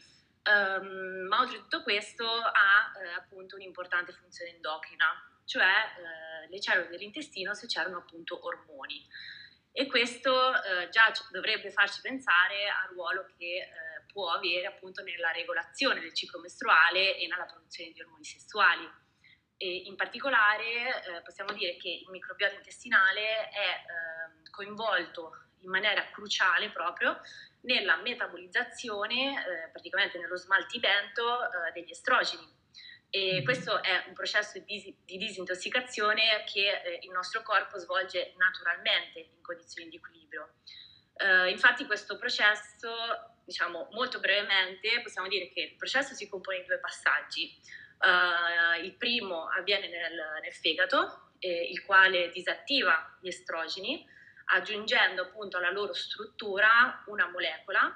ma oltre a tutto questo ha appunto un'importante funzione endocrina, cioè le cellule dell'intestino secretano appunto ormoni. E questo già dovrebbe farci pensare al ruolo che può avere appunto nella regolazione del ciclo mestruale e nella produzione di ormoni sessuali. E in particolare possiamo dire che il microbiota intestinale è coinvolto in maniera cruciale proprio nella metabolizzazione, praticamente nello smaltimento degli estrogeni. E questo è un processo di disintossicazione che il nostro corpo svolge naturalmente in condizioni di equilibrio. Infatti questo processo, diciamo molto brevemente, possiamo dire che il processo si compone di due passaggi. Il primo avviene nel fegato, il quale disattiva gli estrogeni, aggiungendo appunto alla loro struttura una molecola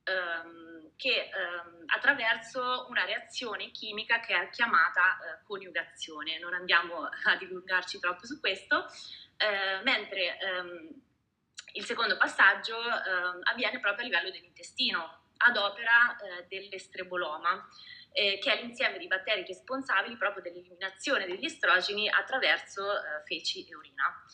che attraverso una reazione chimica che è chiamata coniugazione. Non andiamo a dilungarci troppo su questo, mentre il secondo passaggio avviene proprio a livello dell'intestino, ad opera dell'estreboloma, che è l'insieme di batteri responsabili proprio dell'eliminazione degli estrogeni attraverso feci e urina.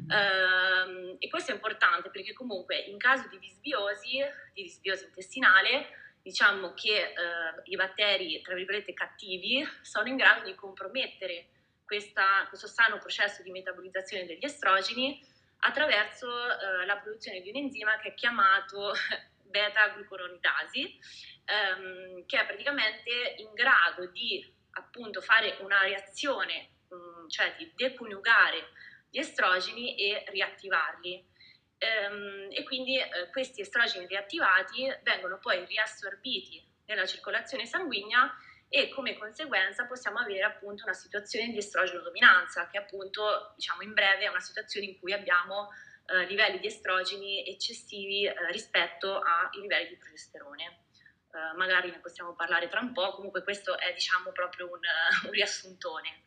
E questo è importante perché comunque in caso di disbiosi intestinale, diciamo che i batteri, tra virgolette, cattivi sono in grado di compromettere questo sano processo di metabolizzazione degli estrogeni attraverso la produzione di un enzima che è chiamato beta-glucuronidasi, che è praticamente in grado di appunto fare una reazione, cioè di deconiugare gli estrogeni e riattivarli. E quindi questi estrogeni riattivati vengono poi riassorbiti nella circolazione sanguigna e come conseguenza possiamo avere appunto una situazione di estrogeno dominanza, che appunto, diciamo in breve, è una situazione in cui abbiamo livelli di estrogeni eccessivi rispetto ai livelli di progesterone. Magari ne possiamo parlare tra un po', comunque questo è diciamo proprio un riassuntone.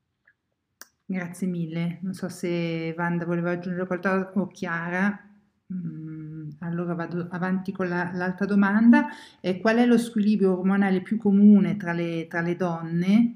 Grazie mille, non so se Wanda voleva aggiungere qualcosa o Chiara. Allora vado avanti con l'altra domanda. Qual è lo squilibrio ormonale più comune tra le donne?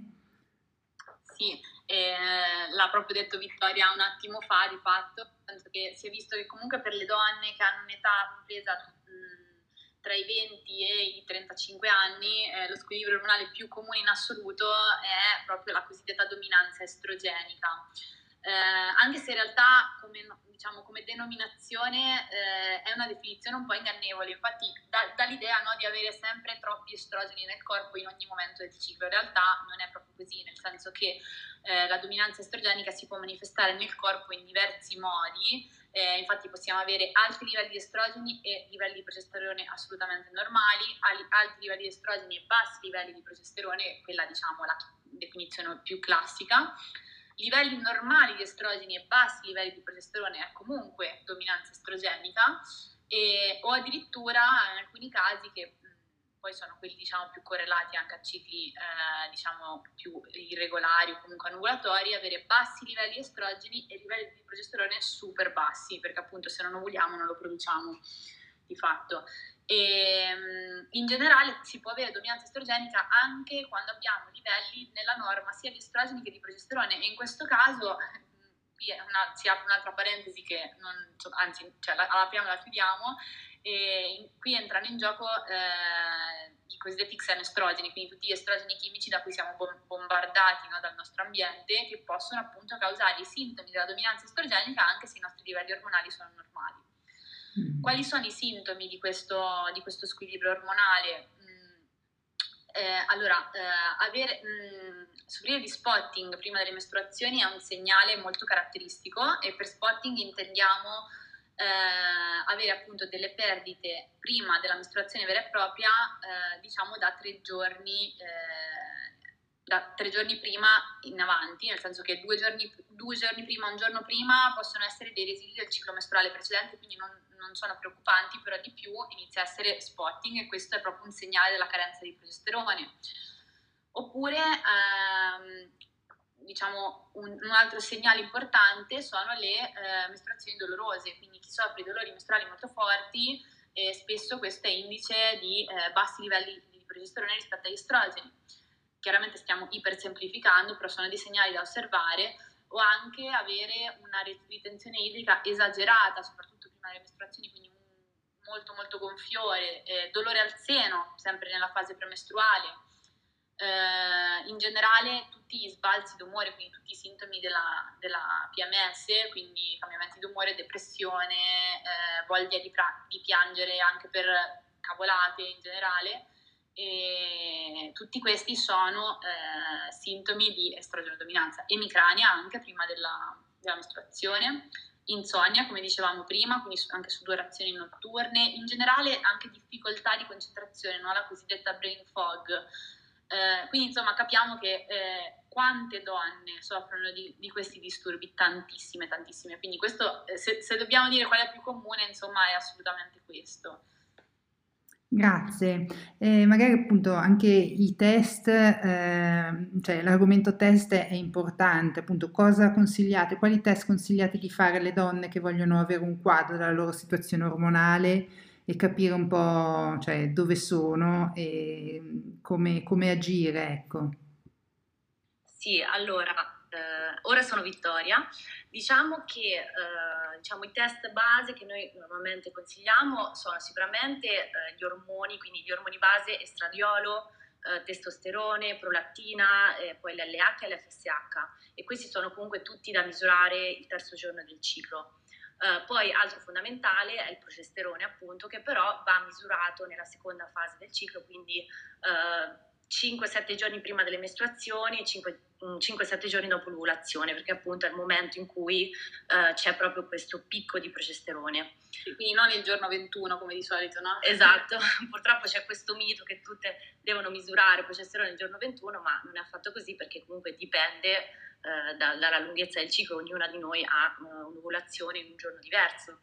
Sì, l'ha proprio detto Vittoria un attimo fa, di fatto, penso che si è visto che comunque per le donne che hanno un'età compresa tra i 20 e i 35 anni, lo squilibrio ormonale più comune in assoluto è proprio la cosiddetta dominanza estrogenica. Anche se in realtà come denominazione è una definizione un po' ingannevole, infatti dà l'idea, no, di avere sempre troppi estrogeni nel corpo in ogni momento del ciclo. In realtà non è proprio così, nel senso che la dominanza estrogenica si può manifestare nel corpo in diversi modi. Infatti possiamo avere alti livelli di estrogeni e livelli di progesterone assolutamente normali, alti livelli di estrogeni e bassi livelli di progesterone, quella diciamo la definizione più classica. Livelli normali di estrogeni e bassi livelli di progesterone è comunque dominanza estrogenica, o addirittura in alcuni casi, che poi sono quelli diciamo più correlati anche a cicli diciamo più irregolari o comunque anovulatori, avere bassi livelli di estrogeni e livelli di progesterone super bassi, perché appunto se non ovuliamo non lo produciamo di fatto. E in generale si può avere dominanza estrogenica anche quando abbiamo livelli nella norma sia di estrogeni che di progesterone, e in questo caso qui si apre un'altra parentesi che la apriamo e la chiudiamo, e qui entrano in gioco i cosiddetti xenoestrogeni, quindi tutti gli estrogeni chimici da cui siamo bombardati, no, dal nostro ambiente, che possono appunto causare i sintomi della dominanza estrogenica anche se i nostri livelli ormonali sono normali. Quali sono i sintomi di questo squilibrio ormonale? Soffrire di spotting prima delle mestruazioni è un segnale molto caratteristico, e per spotting intendiamo avere appunto delle perdite prima della mestruazione vera e propria, diciamo da 3 giorni prima in avanti, nel senso che 2 giorni prima, un giorno prima possono essere dei residui del ciclo mestruale precedente, quindi non sono preoccupanti, però di più inizia a essere spotting, e questo è proprio un segnale della carenza di progesterone. Oppure diciamo un altro segnale importante sono le mestruazioni dolorose, quindi chi soffre di dolori mestruali molto forti, spesso questo è indice di bassi livelli di progesterone rispetto agli estrogeni. Chiaramente stiamo ipersemplificando, però sono dei segnali da osservare. O anche avere una ritenzione idrica esagerata, soprattutto prima delle mestruazioni, quindi molto molto gonfiore, dolore al seno, sempre nella fase premestruale. In generale tutti gli sbalzi d'umore, quindi tutti i sintomi della PMS, quindi cambiamenti d'umore, depressione, voglia di piangere anche per cavolate in generale. E tutti questi sono sintomi di estrogenodominanza. Emicrania anche prima della mestruazione, insonnia come dicevamo prima, quindi anche sudorazioni notturne, in generale anche difficoltà di concentrazione, no? La cosiddetta brain fog. Quindi insomma capiamo che quante donne soffrono di questi disturbi, tantissime, quindi questo, se dobbiamo dire qual è più comune, insomma è assolutamente questo. Grazie. Magari appunto anche i test, cioè l'argomento test è importante, appunto cosa consigliate, quali test consigliate di fare alle donne che vogliono avere un quadro della loro situazione ormonale e capire un po', cioè, dove sono e come agire, ecco. Sì, allora, ora sono Vittoria. Diciamo che i test base che noi normalmente consigliamo sono sicuramente gli ormoni, quindi gli ormoni base, estradiolo, testosterone, prolattina, poi l'LH e l'FSH, e questi sono comunque tutti da misurare il terzo giorno del ciclo. Poi altro fondamentale è il progesterone, appunto, che però va misurato nella seconda fase del ciclo, quindi 5-7 giorni prima delle mestruazioni e 5-7 giorni dopo l'ovulazione, perché appunto è il momento in cui c'è proprio questo picco di progesterone. Quindi non il giorno 21 come di solito, no? Esatto, purtroppo c'è questo mito che tutte devono misurare progesterone il giorno 21, ma non è affatto così, perché comunque dipende dalla lunghezza del ciclo. Ognuna di noi ha un'ovulazione in un giorno diverso.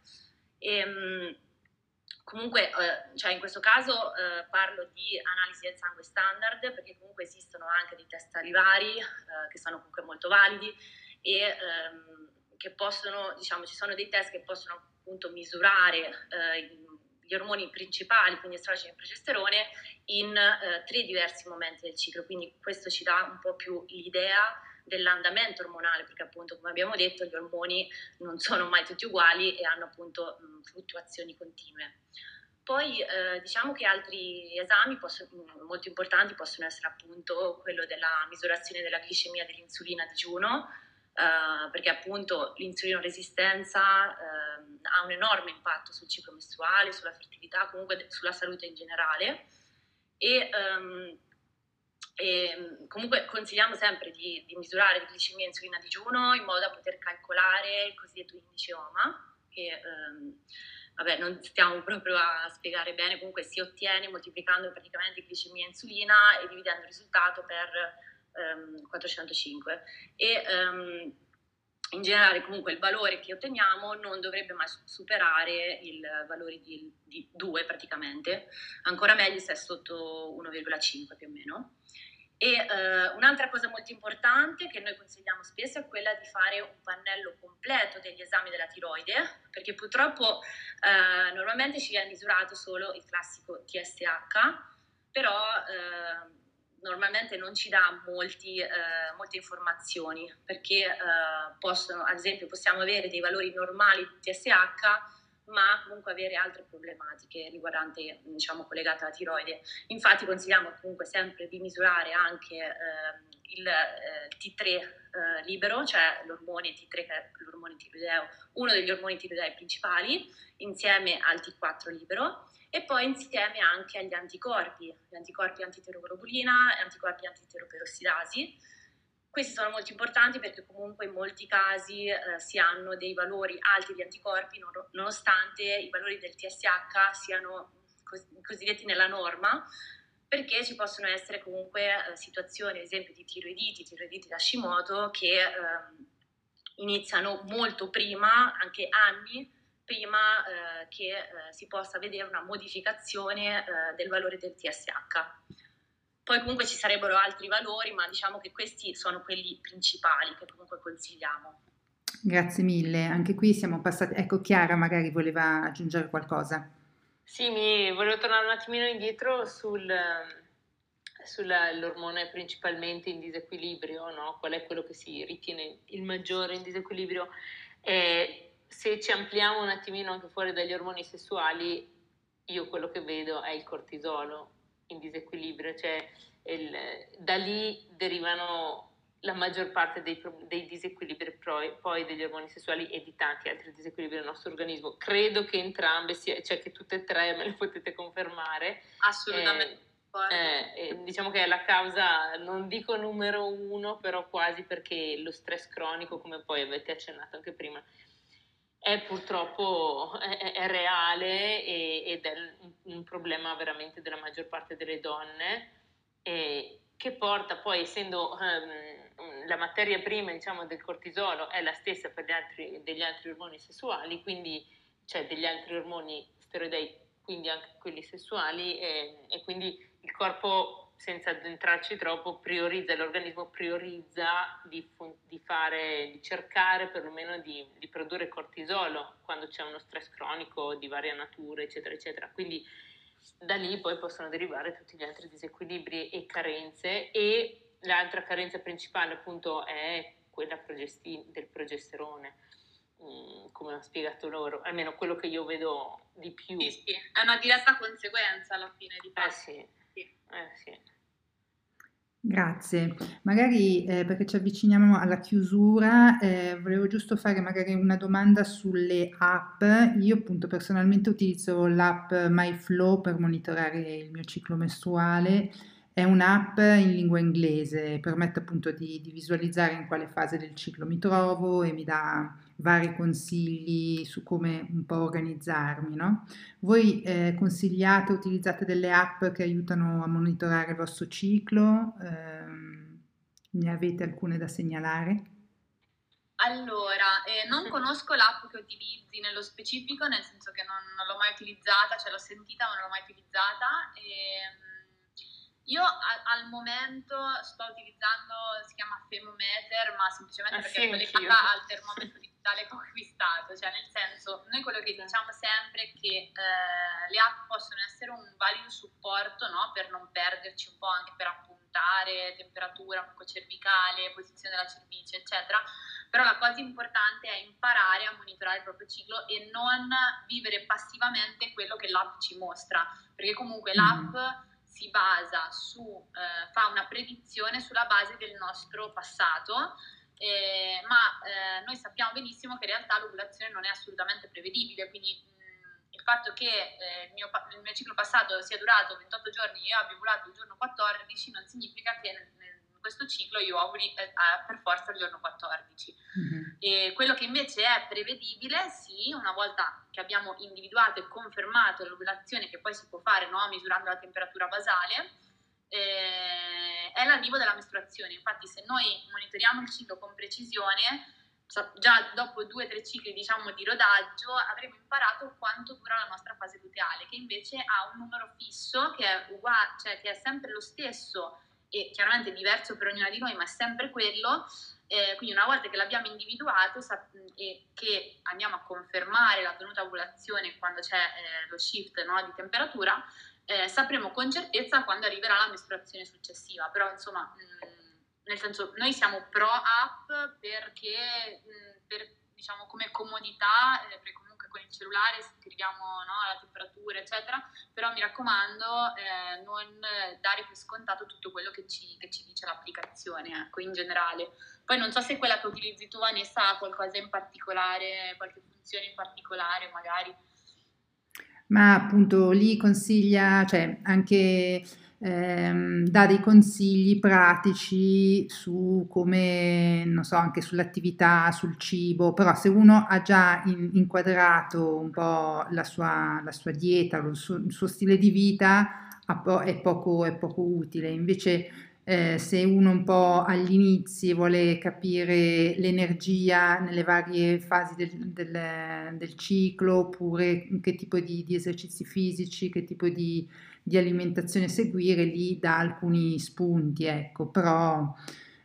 Comunque, cioè in questo caso parlo di analisi del sangue standard, perché comunque esistono anche dei test salivari che sono comunque molto validi e che possono, diciamo, ci sono dei test che possono appunto misurare gli ormoni principali, quindi estrogeno e progesterone, in 3 diversi momenti del ciclo. Quindi questo ci dà un po' più l'idea dell'andamento ormonale, perché appunto, come abbiamo detto, gli ormoni non sono mai tutti uguali e hanno appunto fluttuazioni continue. Poi diciamo che altri esami molto importanti possono essere appunto quello della misurazione della glicemia dell'insulina a digiuno, perché appunto l'insulinoresistenza ha un enorme impatto sul ciclo mestruale, sulla fertilità, comunque sulla salute in generale. E comunque consigliamo sempre di misurare la glicemia e insulina a digiuno in modo da poter calcolare il cosiddetto indice OMA, che vabbè, non stiamo proprio a spiegare bene, comunque si ottiene moltiplicando praticamente glicemia e insulina e dividendo il risultato per 405. E in generale comunque il valore che otteniamo non dovrebbe mai superare il valore di 2 praticamente, ancora meglio se è sotto 1,5 più o meno. E un'altra cosa molto importante che noi consigliamo spesso è quella di fare un pannello completo degli esami della tiroide, perché purtroppo normalmente ci viene misurato solo il classico TSH, però normalmente non ci dà molte informazioni, perché ad esempio possiamo avere dei valori normali di TSH, ma comunque avere altre problematiche riguardanti, diciamo, collegate alla tiroide. Infatti consigliamo comunque sempre di misurare anche il T3 libero, cioè l'ormone T3, che è l'ormone tiroideo, uno degli ormoni tiroidei principali, insieme al T4 libero, e poi insieme anche agli anticorpi antiteroglobulina e anticorpi antiteroperossidasi. Questi sono molto importanti perché comunque in molti casi si hanno dei valori alti di anticorpi nonostante i valori del TSH siano cosiddetti nella norma, perché ci possono essere comunque situazioni, ad esempio di tiroiditi da Hashimoto, che iniziano molto prima, anche anni prima che si possa vedere una modificazione del valore del TSH. Poi comunque ci sarebbero altri valori, ma diciamo che questi sono quelli principali che comunque consigliamo. Grazie mille, anche qui siamo passati. Ecco, Chiara magari voleva aggiungere qualcosa. Sì, mi volevo tornare un attimino indietro sull'ormone principalmente in disequilibrio, no? Qual è quello che si ritiene il maggiore in disequilibrio? Se ci ampliamo un attimino anche fuori dagli ormoni sessuali, io quello che vedo è il cortisolo in disequilibrio, cioè da lì derivano la maggior parte dei disequilibri poi degli ormoni sessuali e di tanti altri disequilibri del nostro organismo. Credo che entrambe, cioè che tutte e tre me le potete confermare. Assolutamente. Diciamo che è la causa, non dico numero 1, però quasi, perché lo stress cronico, come poi avete accennato anche prima, è purtroppo è reale ed è un problema veramente della maggior parte delle donne, che porta poi, essendo la materia prima, diciamo, del cortisolo è la stessa per degli altri ormoni sessuali, quindi cioè degli altri ormoni steroidei, quindi anche quelli sessuali, e quindi il corpo, senza addentrarci troppo, l'organismo priorizza di cercare perlomeno di produrre cortisolo quando c'è uno stress cronico di varia natura, eccetera, eccetera. Quindi da lì poi possono derivare tutti gli altri disequilibri e carenze, e l'altra carenza principale appunto è quella del progesterone, come hanno spiegato loro, almeno quello che io vedo di più. Sì, è una diretta conseguenza alla fine di fatto. Sì. Grazie. Magari perché ci avviciniamo alla chiusura, volevo giusto fare magari una domanda sulle app. Io appunto personalmente utilizzo l'app MyFlow per monitorare il mio ciclo mestruale. È un'app in lingua inglese, permette appunto di visualizzare in quale fase del ciclo mi trovo e mi dà vari consigli su come un po' organizzarmi, no? Voi consigliate, utilizzate delle app che aiutano a monitorare il vostro ciclo? Ne avete alcune da segnalare? Allora, non conosco l'app che utilizzi nello specifico, nel senso che non l'ho mai utilizzata, cioè l'ho sentita ma non l'ho mai utilizzata. Io al momento sto utilizzando, si chiama Femometer, ma semplicemente perché è collegata al termometro digitale che ho acquistato, cioè nel senso, noi quello che diciamo sempre è che le app possono essere un valido supporto, no? Per non perderci un po', anche per appuntare temperatura, buco cervicale, posizione della cervice, eccetera. Però la cosa importante è imparare a monitorare il proprio ciclo e non vivere passivamente quello che l'app ci mostra, perché comunque l'app si basa fa una predizione sulla base del nostro passato, ma noi sappiamo benissimo che in realtà l'ovulazione non è assolutamente prevedibile, quindi il fatto che il mio ciclo passato sia durato 28 giorni e io abbia ovulato il giorno 14 non significa che in questo ciclo io ovuli per forza il giorno 14. E quello che invece è prevedibile, sì, una volta che abbiamo individuato e confermato l'ovulazione, che poi si può fare, no, misurando la temperatura basale, è l'arrivo della mestruazione. Infatti se noi monitoriamo il ciclo con precisione, già dopo 2 o 3 cicli, diciamo, di rodaggio avremo imparato quanto dura la nostra fase luteale, che invece ha un numero fisso che è uguale, cioè che è sempre lo stesso e chiaramente diverso per ognuna di noi, ma è sempre quello. Quindi una volta che l'abbiamo individuato e che andiamo a confermare l'avvenuta ovulazione quando c'è lo shift, no, di temperatura, sapremo con certezza quando arriverà la mestruazione successiva. Però insomma, nel senso, noi siamo pro app perché diciamo come comodità, perché comunque con il cellulare scriviamo, no, la temperatura eccetera, però mi raccomando non dare per scontato tutto quello che ci dice l'applicazione, ecco, in generale. Poi non so se quella che utilizzi tu, Vanessa, ha qualcosa in particolare, qualche funzione in particolare magari. Ma appunto lì consiglia, cioè anche dà dei consigli pratici su come, non so, anche sull'attività, sul cibo, però se uno ha già inquadrato un po' la sua dieta, il suo stile di vita, è poco utile. Invece se uno un po' agli inizi vuole capire l'energia nelle varie fasi del ciclo, oppure che tipo di esercizi fisici, che tipo di alimentazione seguire, lì dà alcuni spunti, ecco, però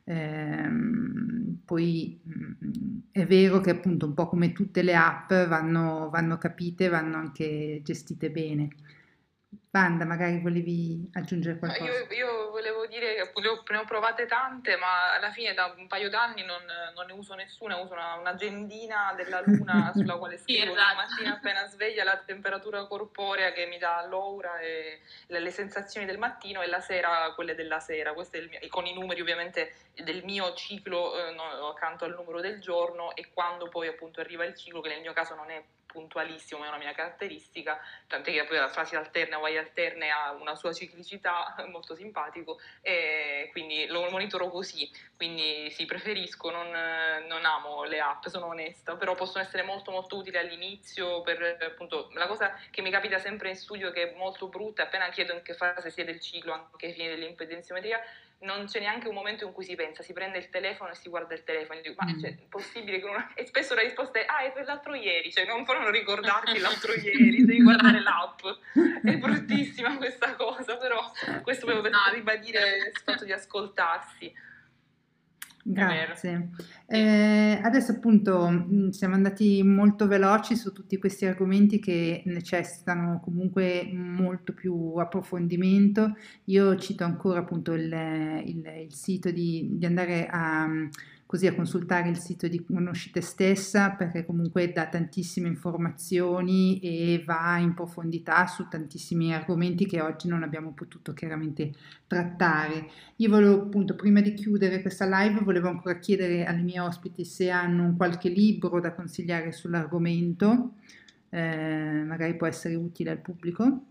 poi è vero che appunto un po' come tutte le app vanno capite, vanno anche gestite bene. Wanda, magari volevi aggiungere qualcosa? Io volevo dire che ne ho provate tante, ma alla fine da un paio d'anni non ne uso nessuna, uso un'agendina della luna sulla quale scrivo la mattina appena sveglia la temperatura corporea che mi dà l'ora e le sensazioni del mattino, e la sera quelle della sera. Questo è con i numeri ovviamente del mio ciclo, accanto al numero del giorno, e quando poi appunto arriva il ciclo, che nel mio caso non è puntualissimo, ma è una mia caratteristica, tant'è che poi la fasi alterne o vai alterne ha una sua ciclicità, molto simpatico, e quindi lo monitoro così. Quindi sì, preferisco, non amo le app, sono onesta, però possono essere molto molto utili all'inizio. Per appunto, la cosa che mi capita sempre in studio, che è molto brutta, appena chiedo in che fase sia del ciclo, anche ai fini dell'impedenziometria, non c'è neanche un momento in cui si pensa, si prende il telefono e si guarda il telefono e dico, ma è possibile che e spesso la risposta è è per l'altro ieri, cioè non possono ricordarti l'altro ieri, devi guardare l'app. È bruttissima questa cosa, però questo proprio per ribadire il fatto di ascoltarsi. Grazie. Adesso appunto siamo andati molto veloci su tutti questi argomenti che necessitano comunque molto più approfondimento. Io cito ancora appunto il sito di andare così a consultare il sito di Conosci Te Stessa, perché comunque dà tantissime informazioni e va in profondità su tantissimi argomenti che oggi non abbiamo potuto chiaramente trattare. Io volevo appunto, prima di chiudere questa live, volevo ancora chiedere alle mie ospiti se hanno qualche libro da consigliare sull'argomento, magari può essere utile al pubblico.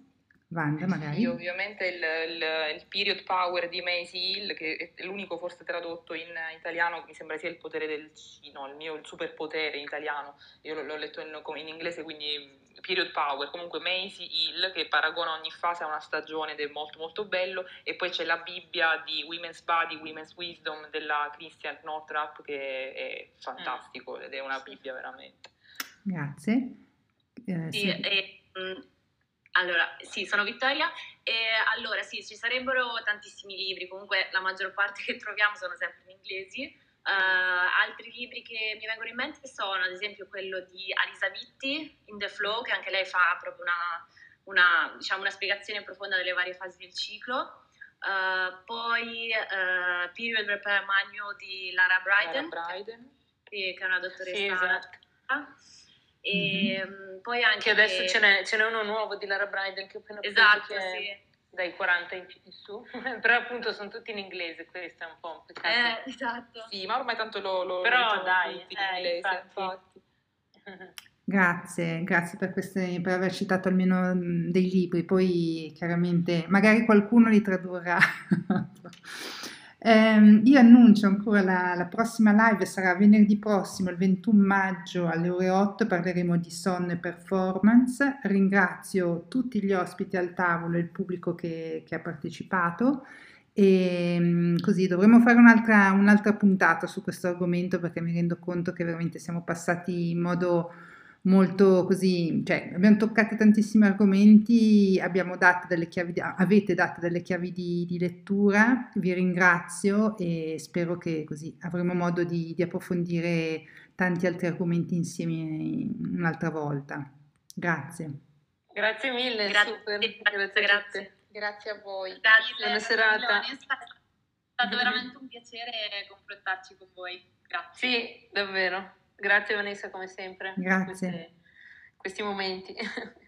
Wanda, Sì, magari. ovviamente il Period Power di Maisie Hill, che è l'unico forse tradotto in italiano, che mi sembra sia il potere del no, il superpotere in italiano. Io l'ho letto in inglese, quindi Period Power. Comunque Maisie Hill, che paragona ogni fase a una stagione ed è molto molto bello. E poi c'è la Bibbia di Women's Body, Women's Wisdom della Christian Northrup, che è fantastico ed è una Bibbia veramente. Grazie. Sì, allora, sì, sono Vittoria e allora sì, ci sarebbero tantissimi libri, comunque la maggior parte che troviamo sono sempre in inglesi. Altri libri che mi vengono in mente sono ad esempio quello di Alisa Vitti, In the Flow, che anche lei fa proprio diciamo, una spiegazione profonda delle varie fasi del ciclo. Poi Period Repair Manual di Lara Bryden, che è una dottoressa. Sì, esatto. E poi anche che adesso ce n'è uno nuovo di Lara Bryden che ho appena preso, esatto, che sì. è dai 40 in su, però appunto sono tutti in inglese, questo è un po' un peccato. Esatto. Sì, ma ormai tanto lo però leggiamo dai, tutti in inglese, infatti. Grazie per aver citato almeno dei libri, poi chiaramente magari qualcuno li tradurrà. Io annuncio ancora la prossima live, sarà venerdì prossimo, il 21 maggio alle ore 8, parleremo di sonno e performance. Ringrazio tutti gli ospiti al tavolo e il pubblico che ha partecipato. E così dovremmo fare un'altra puntata su questo argomento, perché mi rendo conto che veramente siamo passati in modo molto così, cioè abbiamo toccato tantissimi argomenti, avete dato delle chiavi di lettura, vi ringrazio e spero che così avremo modo di approfondire tanti altri argomenti insieme un'altra volta. Grazie. Grazie mille, super. Grazie. Grazie a voi. Grazie. Buona serata. È stato veramente un piacere confrontarci con voi. Grazie. Sì, davvero. Grazie Vanessa come sempre. Grazie. Questi momenti.